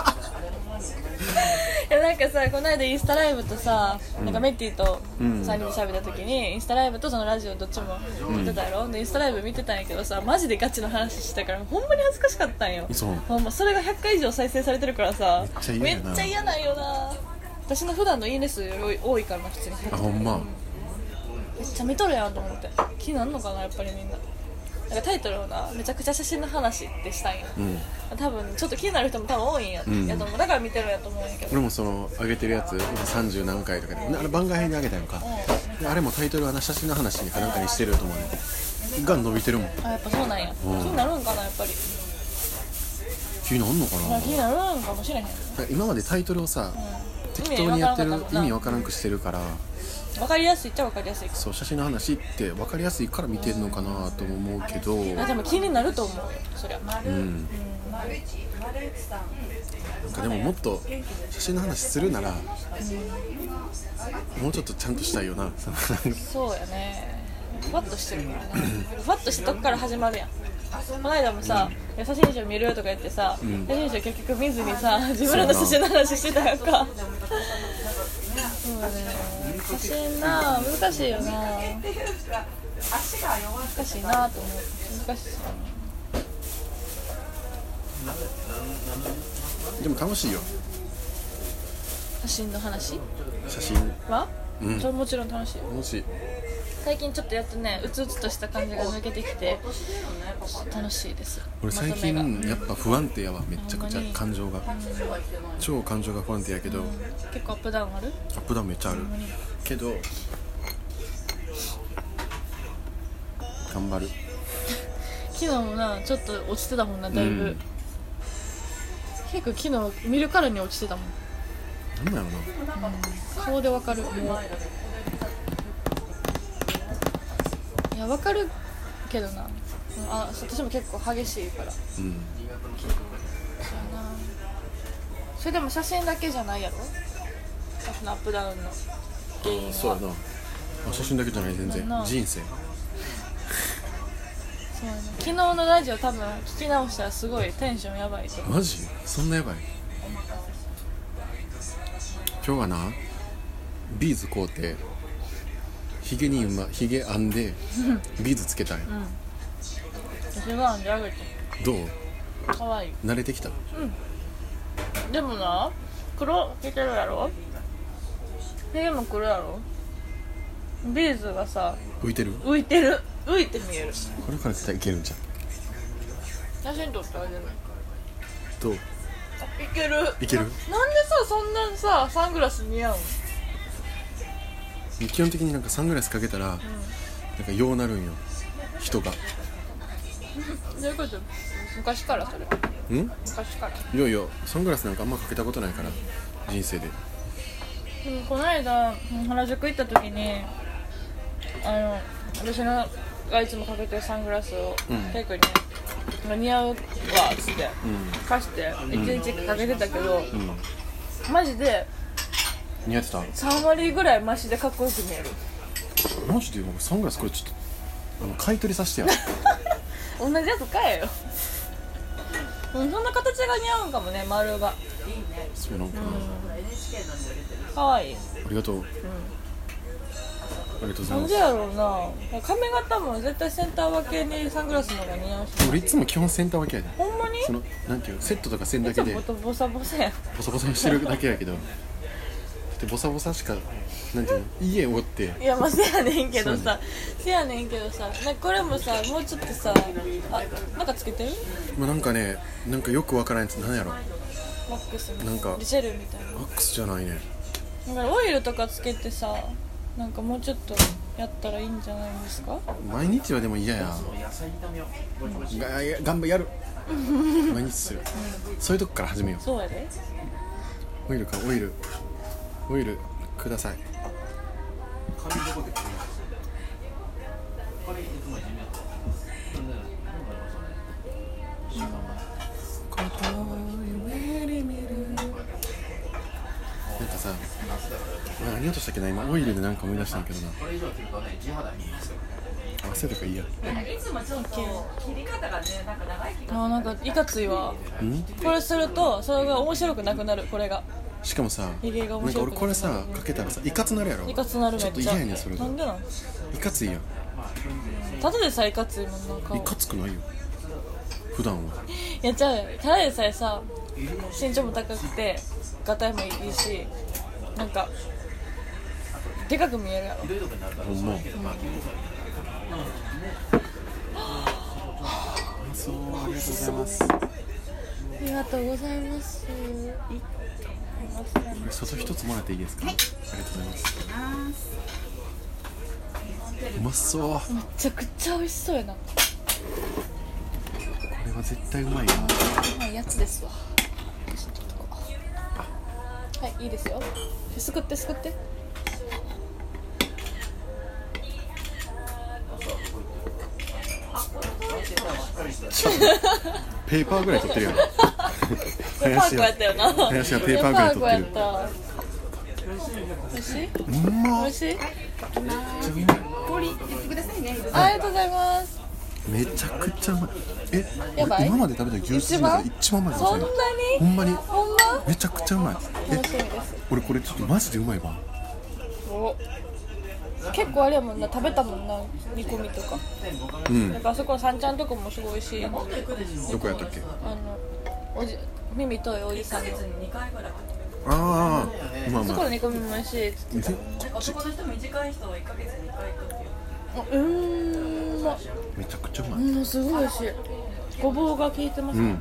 いやなんかさ、この間インスタライブとさ、うん、なんかメッティとさんにんで喋った時に、インスタライブとそのラジオどっちも見てたやろ、うん、でインスタライブ見てたんやけどさ、マジでガチの話してたからほんまに恥ずかしかったんよ。 そうほんまそれがひゃっかい以上再生されてるからさ、 めっちゃ嫌なんよな。私の普段のいいね数より多いからな、普通に。 あ、ほんま、うん、 めっちゃ見とるやんと思って。気になるのかな、やっぱりみんな。なんかタイトルをな、めちゃくちゃ写真の話ってしたんや、うん、多分ちょっと気になる人も多分多いんや、うん、やと思う。だから見てるんやと思うんやけど、 俺もその上げてるやつさんじゅうなんかいとかで、あれ番外編で上げたのか、うん、あれもタイトルはな写真の話にかなんかにしてると思うね。が伸びてるもん。 あ、やっぱそうなんや、うん、気になるんかな、やっぱり気になるのかな。 気になるんかもしれへん。 今までタイトルをさ、うん、適当にやってる意味わからんくしてるから、 分かりやすいっちゃ分かりやすい。 そう、写真の話って分かりやすいから見てるのかなと思うけど、 あ、でも気になると思うよ、そりゃ。うん、うん、 なんかでももっと写真の話するなら、うん、もうちょっとちゃんとしたいよな。 そうやね、ふわっとしてるからね。ふわっとしたとこから始まるやん。この間もさ、うん、写真集見るとか言ってさ、うん、写真集結局見ずにさ、自分らの写真の話してたやんか。そうだね、写真な、難しいよな。難しいなと思う。難しいな。 でも楽しいよ、 写真の話。 写真は、 うん、 それもちろん楽しいよ。 楽しい。 最近ちょっとやっとね、うつうつとした感じが抜けてきて楽しいです。 俺最近やっぱ不安定やわ、めっちゃくちゃ感情が、うん、超感情が不安定やけど、うん、 結構アップダウンある？ アップダウンめっちゃあるけど頑張る。 昨日もな、ちょっと落ちてたもんな、だいぶ、うん、結構昨日見るからに落ちてたもん。 なんだろうな、 うん、顔でわかる。もういや、わかるけどな、あ、私も結構激しいから、うん、そうやな。それでも写真だけじゃないやろ、私のアップダウンの原因は。 そうやな、写真だけじゃない、全然人生。 そうやな、昨日のラジオ多分聞き直したらすごいテンションやばいと思う。 マジ？そんなやばい？今日はな、ビーズ買うてヒゲに今ヒゲ編んでビーズつけたんや、うん、 私が編んであげて。 どう？ かわいい。 慣れてきた？うん。 でもな、黒いけるやろ、ヒゲも黒やろ、ビーズがさ浮いてる？ 浮いてる、浮いて見える。 これから絶対いけるんじゃん。写真撮ってあげる。 どう？ いける。 いける。 なんでさ、そんなさ、サングラス似合うの？基本的になんかサングラスかけたら、うん、なんかようなるんよ、人が。 どういうこと？昔からそれ。 ん？ 昔から。 いやいや、サングラスなんかあんまかけたことないから、人生で。 でもこの間原宿行った時に、あの私のがいつもかけてるサングラスをケイ君に似合うわっつって、うん、貸していちにちかけてたけど、うん、マジで似合ってた？ さんわりぐらいマシでかっこよく見える。 マジで？サングラスこれちょっとあの買い取りさせてや。 同じやつ買えよ。そんな形が似合うんかもね、丸が。 そうなんかな、うん、 かわいい。 ありがとう、うん、ありがとうございます。 なんでやろうな、髪型も絶対センター分けにサングラスの方が似合うし。 俺いつも基本センター分けやで。 ほんまに？ そのなんていうセットとかせんだけでボサボサやん。 ボサボサしてるだけやけどでボサボサしかなんていうの家を追って。 いや、まあせやねんけどさ、せやねんけどさ、なんかこれもさ、もうちょっとさ、あ、なんかつけてる？ まあ、なんかね、なんかよくわからんやつ、なんやろ、 ワックスみたいなんかリシェルみたいな。 ワックスじゃないね。 だからオイルとかつけてさ、なんかもうちょっとやったらいいんじゃないですか。 毎日はでも嫌や。がや頑張やる毎日する、うん、そういうとこから始めよう。 そうやで。 オイルかオイルオイルください。なんかさ、何言おうとしたっけな、今オイルでなんか思い出したんやけどな。汗とかいいや。 あ、なんかいかついわ。これするとそれが面白くなくなる。これがしかもさ、 ヒゲがなんか俺これさかけたらさいかつなるやろ。 いかつなるめっちゃ。 ちょっと嫌やねんそれ。 なんでなん？ いかついやん。 ただでさえいかついもんなんか。 いかつくないよ普段は。 いや、じゃあただでさえさ身長も高くてガタイもいいし、なんかでかく見えるやろ。 ほんま、うん、そう、ありがとうございます。 ありがとうございます。 外一つもらっていいですか？はい、ありがとうございます。うまそう。 めちゃくちゃ美味しそうやな。これは絶対うまいな。 うまいやつですわ。はい、いいですよ。すくってすくって。 ペーパーぐらい取ってるやん。 ペーパー粉やったよな。 林がペーパーぐらい取ってる。 美味しい？ うまっ。 美味しい？ めっちゃうまい。 氷入れてくださいね。 ありがとうございます。 めちゃくちゃうまい。え、 やばい？ 今まで食べた牛すじの中で一番うまいかもしれない。 そんなに？ ほんまに。 ほんま？ めちゃくちゃうまい。え、 楽しみです。 俺これちょっとマジでうまいわ。 お、結構あれやもんな、食べたもんな、煮込みとか。うん。なんかあそこの三ちゃんとこもすごい美味しい。 どこやったっけ？ あのおじ耳遠いおじさんの。 ああ、うまいうまい。 そこの煮込みも美味しいっつってた。 男の人短い人はいっかげつににかい行くっていう。 あ、うーん、ま、 めちゃくちゃうまい。 うん、すごい美味しい。ごぼうが効いてます。うん。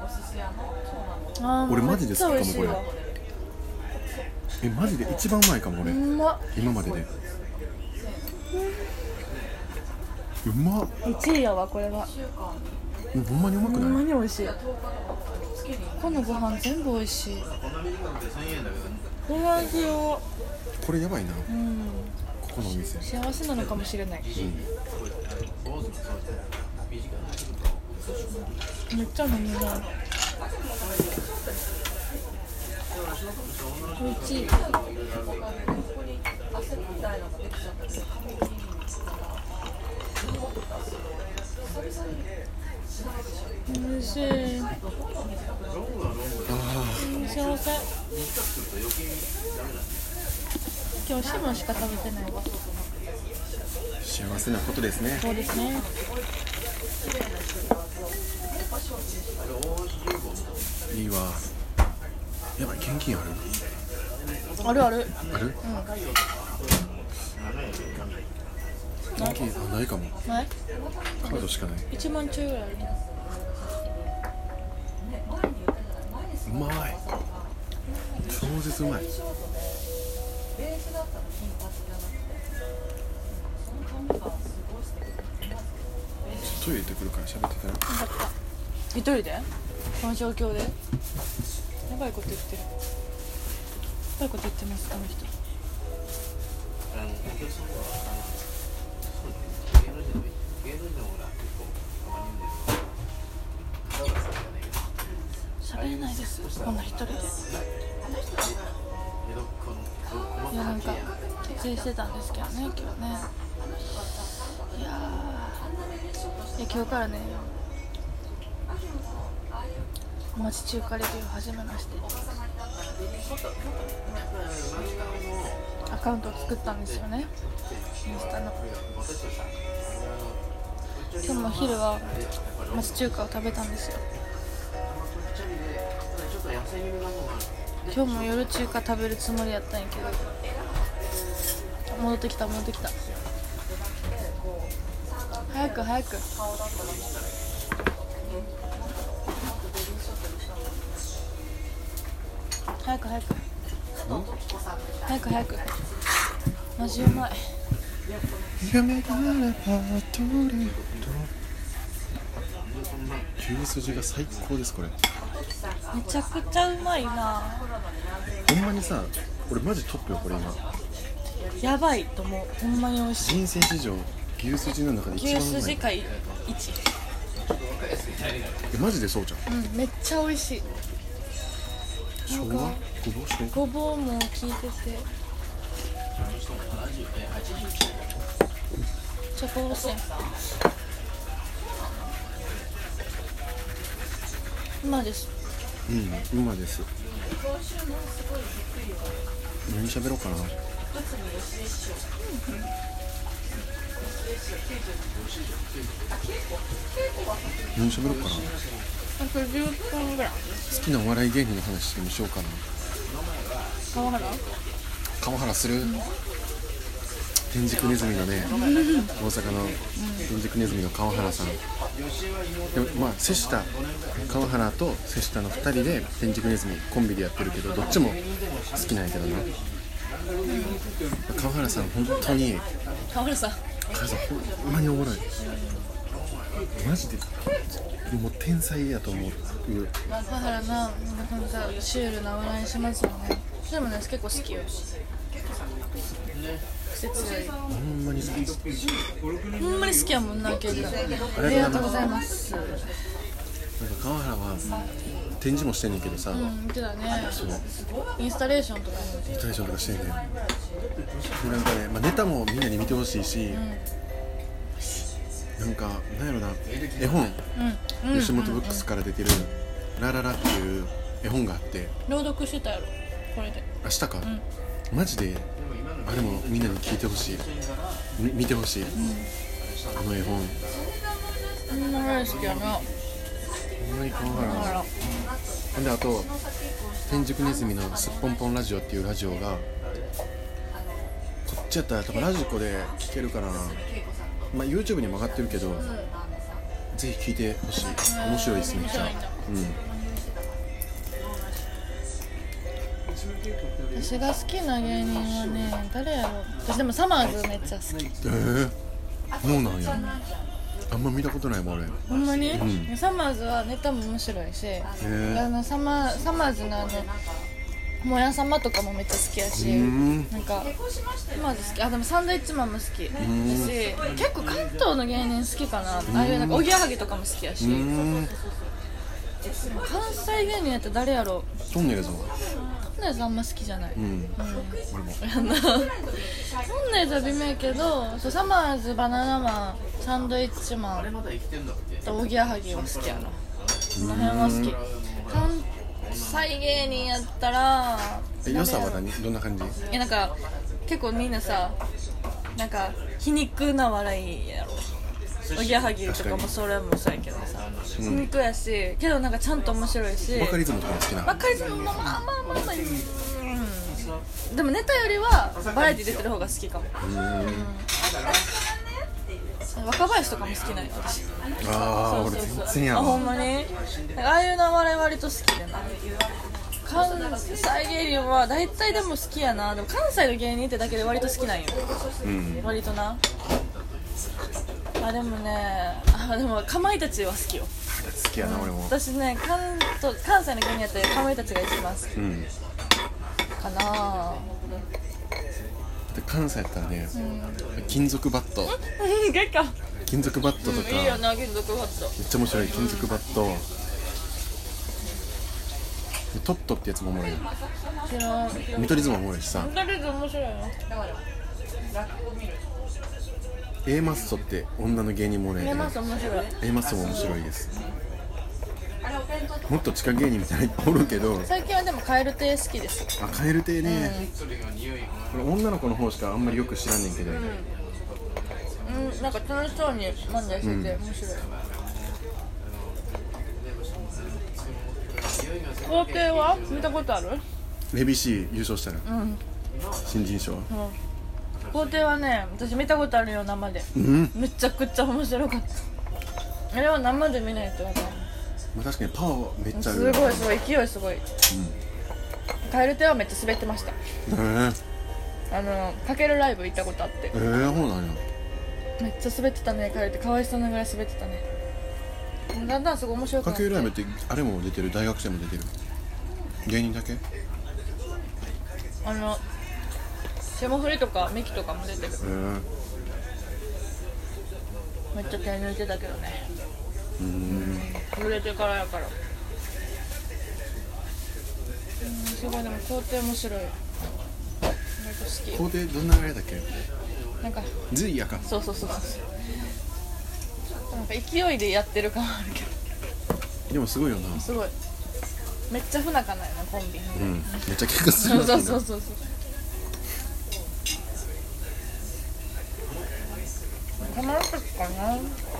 あ、 俺マジで好きかもこれ。 わ。 え、マジで一番うまいかも俺。 うま。 今までで。うまっ。 一位やわこれは。 ほんまにうまくない？ ほんまに美味しい。このご飯全部美味しい。ご飯しよう。これやばいな。 うん。 ここのお店。 幸せなのかもしれない。うん、めっちゃ飲みな。おいしい。おいしい。幸せ。今日シモンしか食べてないわ。 幸せなことですね。 そうですね。 いいわ。やばい、現金ある？ あるある。 ある？うん。現金あないかも。 ない？ カードしかない。 一万ちょいぐらいあるね。 うまい。超絶うまい。トイレ行ってくるから喋ってたら。分かった。 一人で？この状況で？やばいこと言ってる。やばいこと言ってますこの人。喋れないです。こんな一人で。いや、なんか撮影してたんですけどね、今日ね。いやー、いや今日からね、町中華レビューを始めまして、アカウントを作ったんですよね、インスタの。今日も昼は町中華を食べたんですよ。今日も夜中華食べるつもりやったんやけど、戻ってきた戻ってきた。早く早く。 早く早く早く早くマジうまい。 夢があればどれ牛すじが最高です。これめちゃくちゃうまいな。 ほんまにさ、俺マジトップよこれ今。 やばいと思う。ほんまに美味しい。 人生史上牛すじの中で一番うまい。 牛すじ界一。 えマジでそうじゃん。 うん、めっちゃ美味しい。 生姜、ごぼう、生姜。 ごぼうも効いてて。ちょっと美味しい。うまです。 うん、うまです。何喋ろうかな。何喋ろうかな。 あとじゅっぷんぐらい。 好きなお笑い芸人の話でもしようかな。 川原川原する、うん、天竺ネズミのね、うん、大阪の天竺ネズミの川原さん、でもまあ瀬下川原と瀬下のふたりで天竺ネズミコンビでやってるけど、どっちも好きなんやけどね。川原さん本当に川原さん川原さんほんまにおもろい。マジでもう天才やと思う。 川原な、なんかシュールな笑いしますよね。でもね、結構好きよ。癖強い。 ほんまに好き。 ほんまに好きやもんな、ケイ君。ありがとうございます。なんか川原は展示もしてんねんけどさ、 うん、見てたね。 そうインスタレーションとかもインスタレーションとかしてんねん。でなんかね、まあ、ネタもみんなに見てほしいし、うん、なんかなんやろな、絵本、うん、吉本ブックスから出てるラララっていう絵本があって、 朗読してたやろこれで。 明日か、 うん、 マジであれもみんなに聞いてほしい、見てほしい、うん、あの絵本。 みんな大好きやな。 ほんまに川原。ほんであと天竺ネズミのすっぽんぽんラジオっていうラジオがこっちやったら多分ラジコで聞けるからな。まあ YouTube にも上がってるけど、うん、ぜひ聞いてほしい。面白いですね。めっちゃ、うん、 私が好きな芸人はね、誰やろ。私でもサマーズめっちゃ好き。 えー、そうなんや。あんま見たことないもん俺。 ほんまに、 うん、 サマーズはネタも面白いし、あのサマサマーズのあのもやさまとかもめっちゃ好きやし、なんかサマーズ好き。あ、でもサンドイッチマンも好きだし、結構関東の芸人好きかな。ああいうなんかおぎやはぎとかも好きやし。関西芸人やったら誰やろ。 トンネルズはトンネルズあんま好きじゃない。うん、うん、 俺もトンネルズは微妙やけど、そうサマーズ、バナナマン、サンドイッチマンとおぎやはぎは好きやな。この辺は好き。関西芸人やったら良さは何、どんな感じ？ いやなんか結構みんなさ、なんか皮肉な笑いやろ。おぎやはぎとかもそれもそうやけどさ、皮肉やし、けどなんかちゃんと面白いし。 バカリズムとかも好きな。 バカリズムもまあまあまあまあ、うん、でもネタよりはバラエティ出てる方が好きかも。うん、若林とかも好きなんよ私。 ああ、俺全然やわ。 あ、ほんまにああいうの笑い割と好きでな。関西芸人は大体でも好きやな。でも関西の芸人ってだけで割と好きなんよ、うん、割とな。あ、でもね、あ、でもかまいたちは好きよ。 好きやな、うん、俺も。 私ね、関東関西の芸人やったらかまいたちが一番好き、うん、かな。 で関西やったらね、うん、金属バット金属バットとか、 うん、いいよな、金属バットめっちゃ面白い。金属バット、うん、トットってやつもおもろいよ。見取り図もおもろいしさ。 見取り図面白いよ。 A マッソって女の芸人もおるんやけど、 A マッソ面白い。 A マッソも面白いです。もっと地下芸人みたいなのおるけど、 最近はでもカエル亭好きです。 あ、カエル亭ね、うん、女の子の方しかあんまりよく知らんねんけど、うん、 うん、なんか楽しそうに漫才してて、うん、面白い。皇帝は見たことある？ レビシー優勝したら、うん、新人賞、うん、 皇帝はね、私見たことあるよ、生で、うん、めちゃくちゃ面白かった。あれは生で見ないと分かんない。 まあ、確かにパワーめっちゃある。 すごいすごい、勢いすごい、うん、 蛙亭はめっちゃ滑ってました。 えー、 あのかけるライブ行ったことあって、 えー、そうなんや。 めっちゃ滑ってたね。蛙亭かわいそうなぐらい滑ってたね。だんだんすごい面白くなって。 かけるライブってあれも出てる、大学生も出てる、芸人だけ？ あの霜降りとかミキとかも出てる。 えー、 めっちゃ手抜いてたけどね。 うーん、 売れてからやから。うん、すごい。でも工程面白い。なんか好き。 工程どんなぐらいだっけ？ なんかズイヤか。 そうそうそうそう。なんか勢いでやってる感あるけど。 でもすごいよな。 すごい。めっちゃ不仲なんやなコンビ。 うん。めっちゃ喧嘩するそうそうそうそう。この時かな。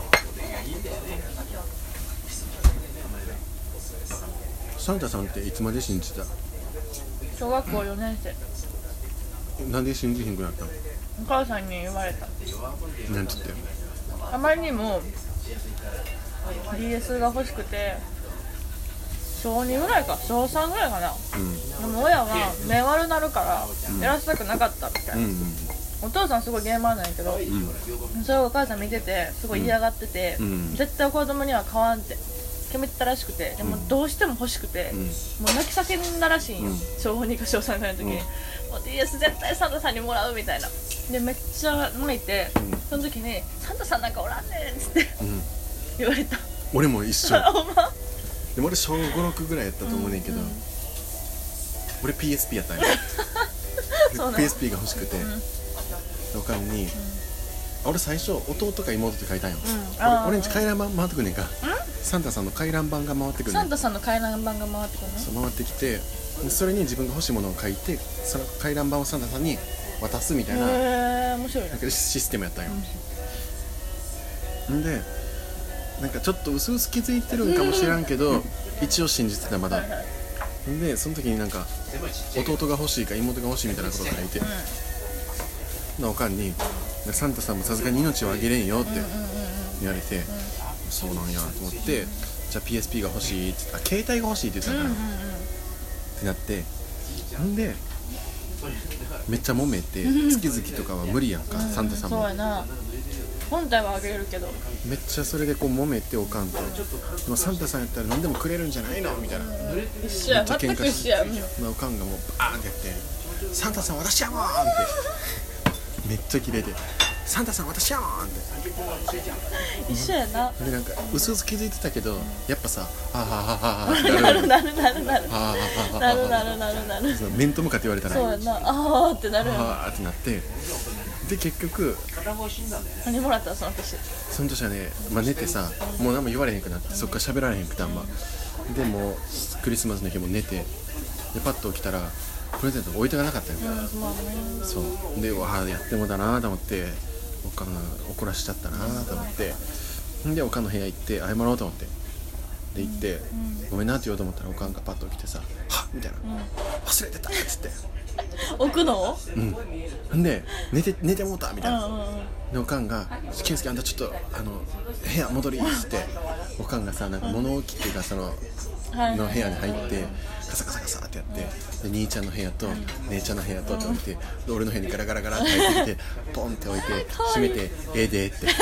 サンタさんっていつまで信じた？ 小学校よねん生。 なんで信じひんくなったの？ お母さんに言われた。 なんつって？ あまりにも ディーエス が欲しくて、小にぐらいか小さんぐらいかな、うん、でも親は目悪なるからやらせたくなかったみたいな、うんうんうん、お父さんすごいゲーマーなんやけど、うん、それをお母さん見ててすごい嫌がってて、うん、絶対子供には買わんって決めてたらしくて、でもどうしても欲しくて、うん、もう泣き叫んだらしいんよ、うん、小にか小さんぐらいの時に、うん、もう ディーエス 絶対サンタさんにもらうみたいなでめっちゃ泣いて、うん、その時にサンタさんなんかおらんねんっつって、うん、言われた。 俺も一緒でも俺小ご、ろくぐらいやったと思うねんけど、うんうん、俺 ピーエスピー やったんやピーエスピー が欲しくて、うん、おかんに、うん、俺最初弟か妹って書いたんよ、うん、俺, 俺んち回覧板回ってくんねんか、うん、サンタさんの回覧板が回ってくるねん。 サンタさんの回覧板が回ってくるの？ そう回ってきて、それに自分が欲しいものを書いてその回覧板をサンタさんに渡すみたいな、 へー面白いな、 んかシステムやったんよ、うん、でなんかちょっと薄々気づいてるんかもしらんけど一応信じてたまだ、はいはい、でその時になんか弟が欲しいか妹が欲しいみたいなことが書いて、うん、のおかんにサンタさんもさすがに命をあげれんよって言われて、うんうんうん、そうなんやと思って、じゃあ ピーエスピー が欲しいってあ携帯が欲しいって言ってたから、うんうんうん、ってなってんでめっちゃ揉めて月々とかは無理やんか、うん、サンタさんもそうやな、本体はあげれるけどめっちゃそれでこう揉めておかんと、でもサンタさんやったら何でもくれるんじゃないのみたいな、 一緒や、全く一緒や、 おかんがもうバーンってやってサンタさん私やもんってめっちゃキレてサンタさん私やもんって一緒やな。 でなんか薄々気づいてたけど、やっぱさあーはーはーはーなるなるなるなるなるなるなるなる面と向かって言われたらそうやな、あーってなるやん、 あーってなって、で結局何もらったのその年。 その年はね、まあ、寝てさもう何も言われへんくなって、そっから喋られへんくてあんまでもクリスマスの日も寝て、でパッと起きたらプレゼント置いてがなかったんやから、うん、そうでわーやってもだなと思って、おかんが怒らしちゃったなと思って、でおかんの部屋行って謝ろうと思って、で行って、うん、ごめんなって言おうと思ったらおかんがパッと起きてさ、はっみたいな、うん、忘れてたっつって置くの？ うん。で寝て寝てもうたみたいな。うんうんうん、でおかんが健介あんたちょっとあの部屋戻りっつっておかんがさなんか物置っていうかそのの部屋に入ってカサカサカサってやって、で兄ちゃんの部屋と姉ちゃんの部屋とって置いて、で俺の部屋にガラガラガラって入ってきてポンって置いて閉めてええでって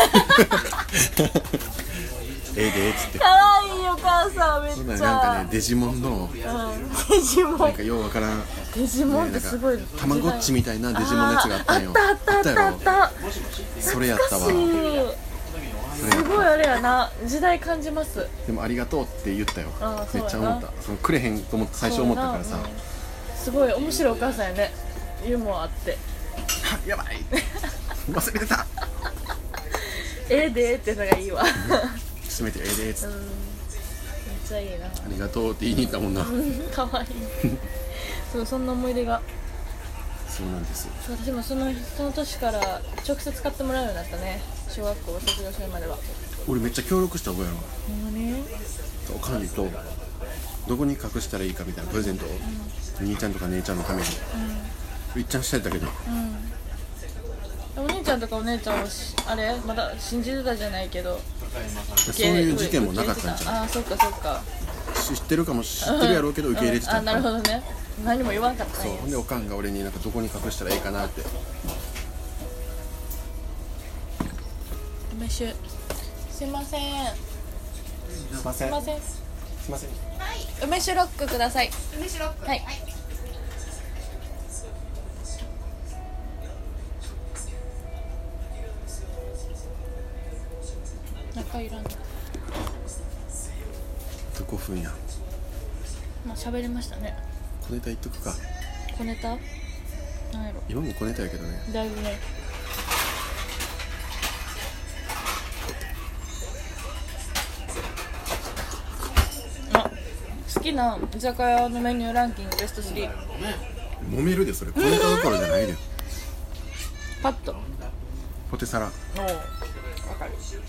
ええでっつってかわいいお母さんめっちゃなんかねデジモンの、うん、 デジモンなんかようわからんデジモンってすごい、ね、 たまごっちみたいなデジモンのやつがあったんよ。 あったあったあったあったそれやったわ。 すごいあれやな、時代感じます。 でもありがとうって言ったよ。めっちゃ思った。そのくれへんと思って最初思ったからさ、 うん、すごい面白いお母さんやね、ユーモアあってやばい忘れてたええでってのがいいわ閉めてええでっつって、うん、めっちゃいいな、 ありがとうって言いに行ったもんなかわいいそうそんな思い出が。 そうなんです。 私もそのその年から直接買ってもらうようになったね、小学校卒業するまでは。俺めっちゃ協力した覚えやろ。 ほんまにおかんにとどこに隠したらいいかみたいなプレゼントを、うん、兄ちゃんとか姉ちゃんのために、うん、いっちゃんしてたけど、 うん、お兄ちゃんとかお姉ちゃんはあれまだ信じてたじゃないけど、 そういう事件もなかったんじゃん。 ああそっかそっか。 知ってるかも知ってるやろうけど受け入れてた、 うん、あ、なるほどね。何も言わんかったんや。 そうほんでおかんが俺になんかどこに隠したらいいかなって。 梅酒すいませんすいませんすいませんすいません。 梅酒ロックください。 梅シロップ。 はい。中いらんの。 あとごふんや。 まあ喋りましたね。 小ネタ言っとくか。 小ネタなんやろ。 今も小ネタやけどね。 だいぶね。あ、好きな居酒屋のメニューランキングベストスリー。 揉めるでそれ。小ネタどころじゃないで。 パッと。 ポテサラ、 おお、わかる。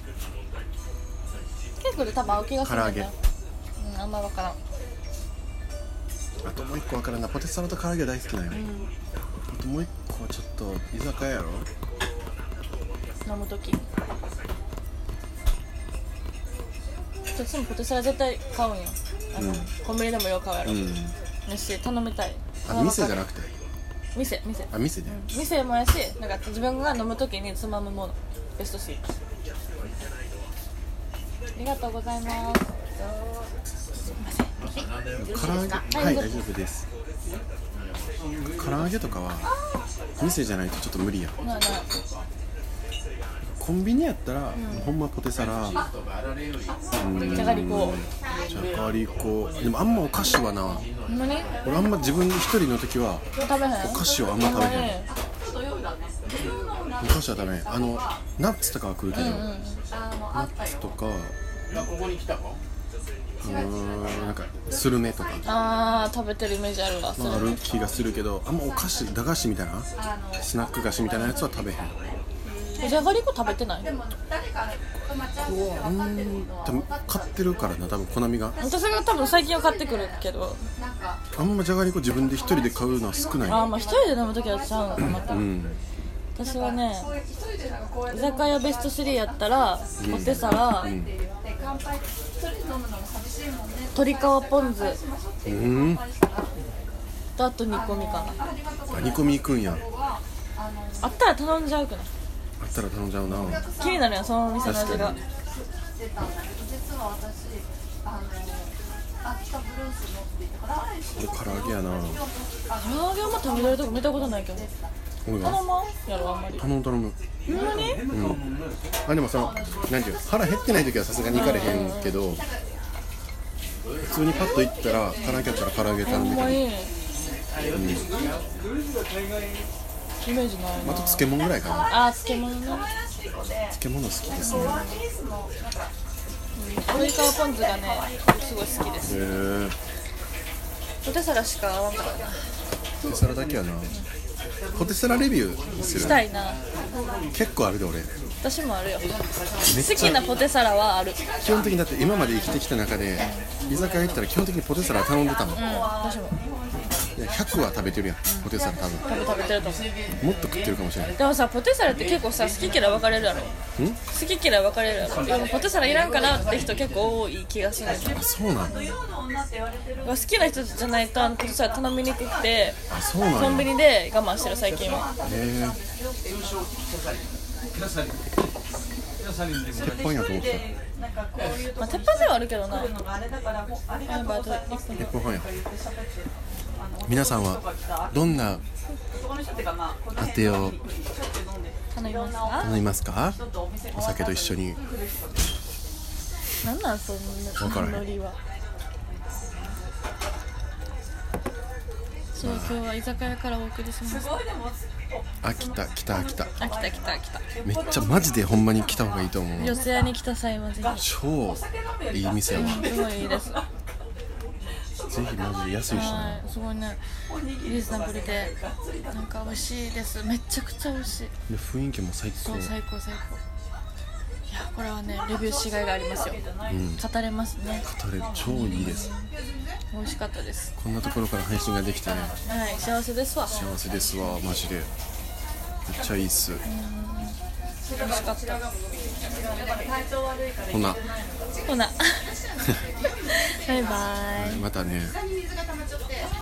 結構で多分青木がするんだよ。 唐揚うん、あんまわからん。 あともう一個わからんな。ポテサラと唐揚げ大好きなんよ、 うん、 あともう一個はちょっと居酒屋やろ。 飲むとき。一つもポテサラ絶対買うんよ。あの、 うんコンビニでもよく買うやろ。 うん。 よし、頼みたい。 あ、店じゃなくて。 店、店。 あ、店で、 うん、店もやし、なんか自分が飲むときにつまむもの。ベストスリー。ありがとうございます。すいません。 唐揚げ、はい大丈夫です。唐揚げとかは店じゃないとちょっと無理や。 なあなあ。 コンビニやったら、うん、ほんまポテサラ、うん、 じゃがりこ、 じゃがりこ。でもあんまお菓子はな、 ほんまに俺あんま自分一人の時は食べへん。 お菓子はあんま食べへん。お菓子は食べへん。あのナッツとかは食うけど、うんうん、ナッツとか、うーん、なんかスルメとかあー食べてるイメージあるわ。 まあ、ある気がするけど、あんまお菓子、駄菓子みたいなスナック菓子みたいなやつは食べへん。 じゃがりこ食べてない？ うん、多分買ってるからな、多分好みが。 私が多分最近は買ってくるけど、 あんまじゃがりこ自分で一人で買うのは少ない。 あー、まあ一人で飲むときはちゃうのかまた、 うん、 私はね、居酒屋ベストスリーやったら、うん、ポテサラ、うん、鶏皮ポン酢、 うん、 とあと煮込みかな。 あ、煮込み行くんや。 あったら頼んじゃうくない？ あったら頼んじゃうな。 気になるやん、そのお店の味が。 俺唐揚げやな。 唐揚げはま食べれるとこ見たことないけど。 俺が頼まんやろあんまり。 頼む頼む。 ほんまに？ うん。あ、でもそのなんていう、腹減ってない時はさすがに行かれへんけど、普通にパッと行ったら唐揚げやったら唐揚げ頼んでくる。 ほんまに。 うん。 イメージないな。 あと漬物ぐらいかな。 あー、漬物ね。 漬物好きですね。 鶏皮ポン酢がね、すごい好きです。 へー。 ポテサラしか合わんからな。 ポテサラだけやな。ポテサラレビューする。 したいな。 結構あるで俺。 私もあるよ。 めっ好ちゃきなポテサラはある。 基本的にだって今まで生きてきた中で居酒屋行ったら基本的にポテサラ頼んでたもん。 うん、私も。 いやひゃくは食べてるやん、ポテサラ多分。 多分食べてると思う。 もっと食ってるかもしれない。 でもさ、ポテサラって結構さ、好き嫌い分かれるやろ。 ん？ 好き嫌い分かれるやろ。でもポテサラいらんかなって人結構多い気がするんだよ。 あ、そうなんだ。 好きな人じゃないとあのポテサラ頼みにくくて、 あ、そうなんだ。 コンビニで我慢してる最近は。 へー。鉄板やと思ってた。 まあ、鉄板ではあるけどな。 いっぷんはんや。皆さんはどんなラテを頼みますか？ 頼みますか？お酒と一緒に。 なんなんそんなノリは。そう、今日は居酒屋からお送りします。 あ、来た来た来た。 あ、来た来た来た。 めっちゃマジでほんまに来た方がいいと思う。 四谷に来た際はぜひ。 超いい店やわ。 すごいいいです。 ぜひマジで安いしな。 はい、すごいね、リーズナブルでなんか美味しいです。めちゃくちゃ美味しい。 で雰囲気も最高。 そう、最高最高。いや、これはね、レビューしがいがありますよ。うん、語れますね。 語れる、超いいです。 美味しかったです。 こんなところから配信ができてね。 はい、幸せですわ。 幸せですわ、マジで。めっちゃいいっす。 美味しかった。 ほな。 ほな。 バイバイ。 またね。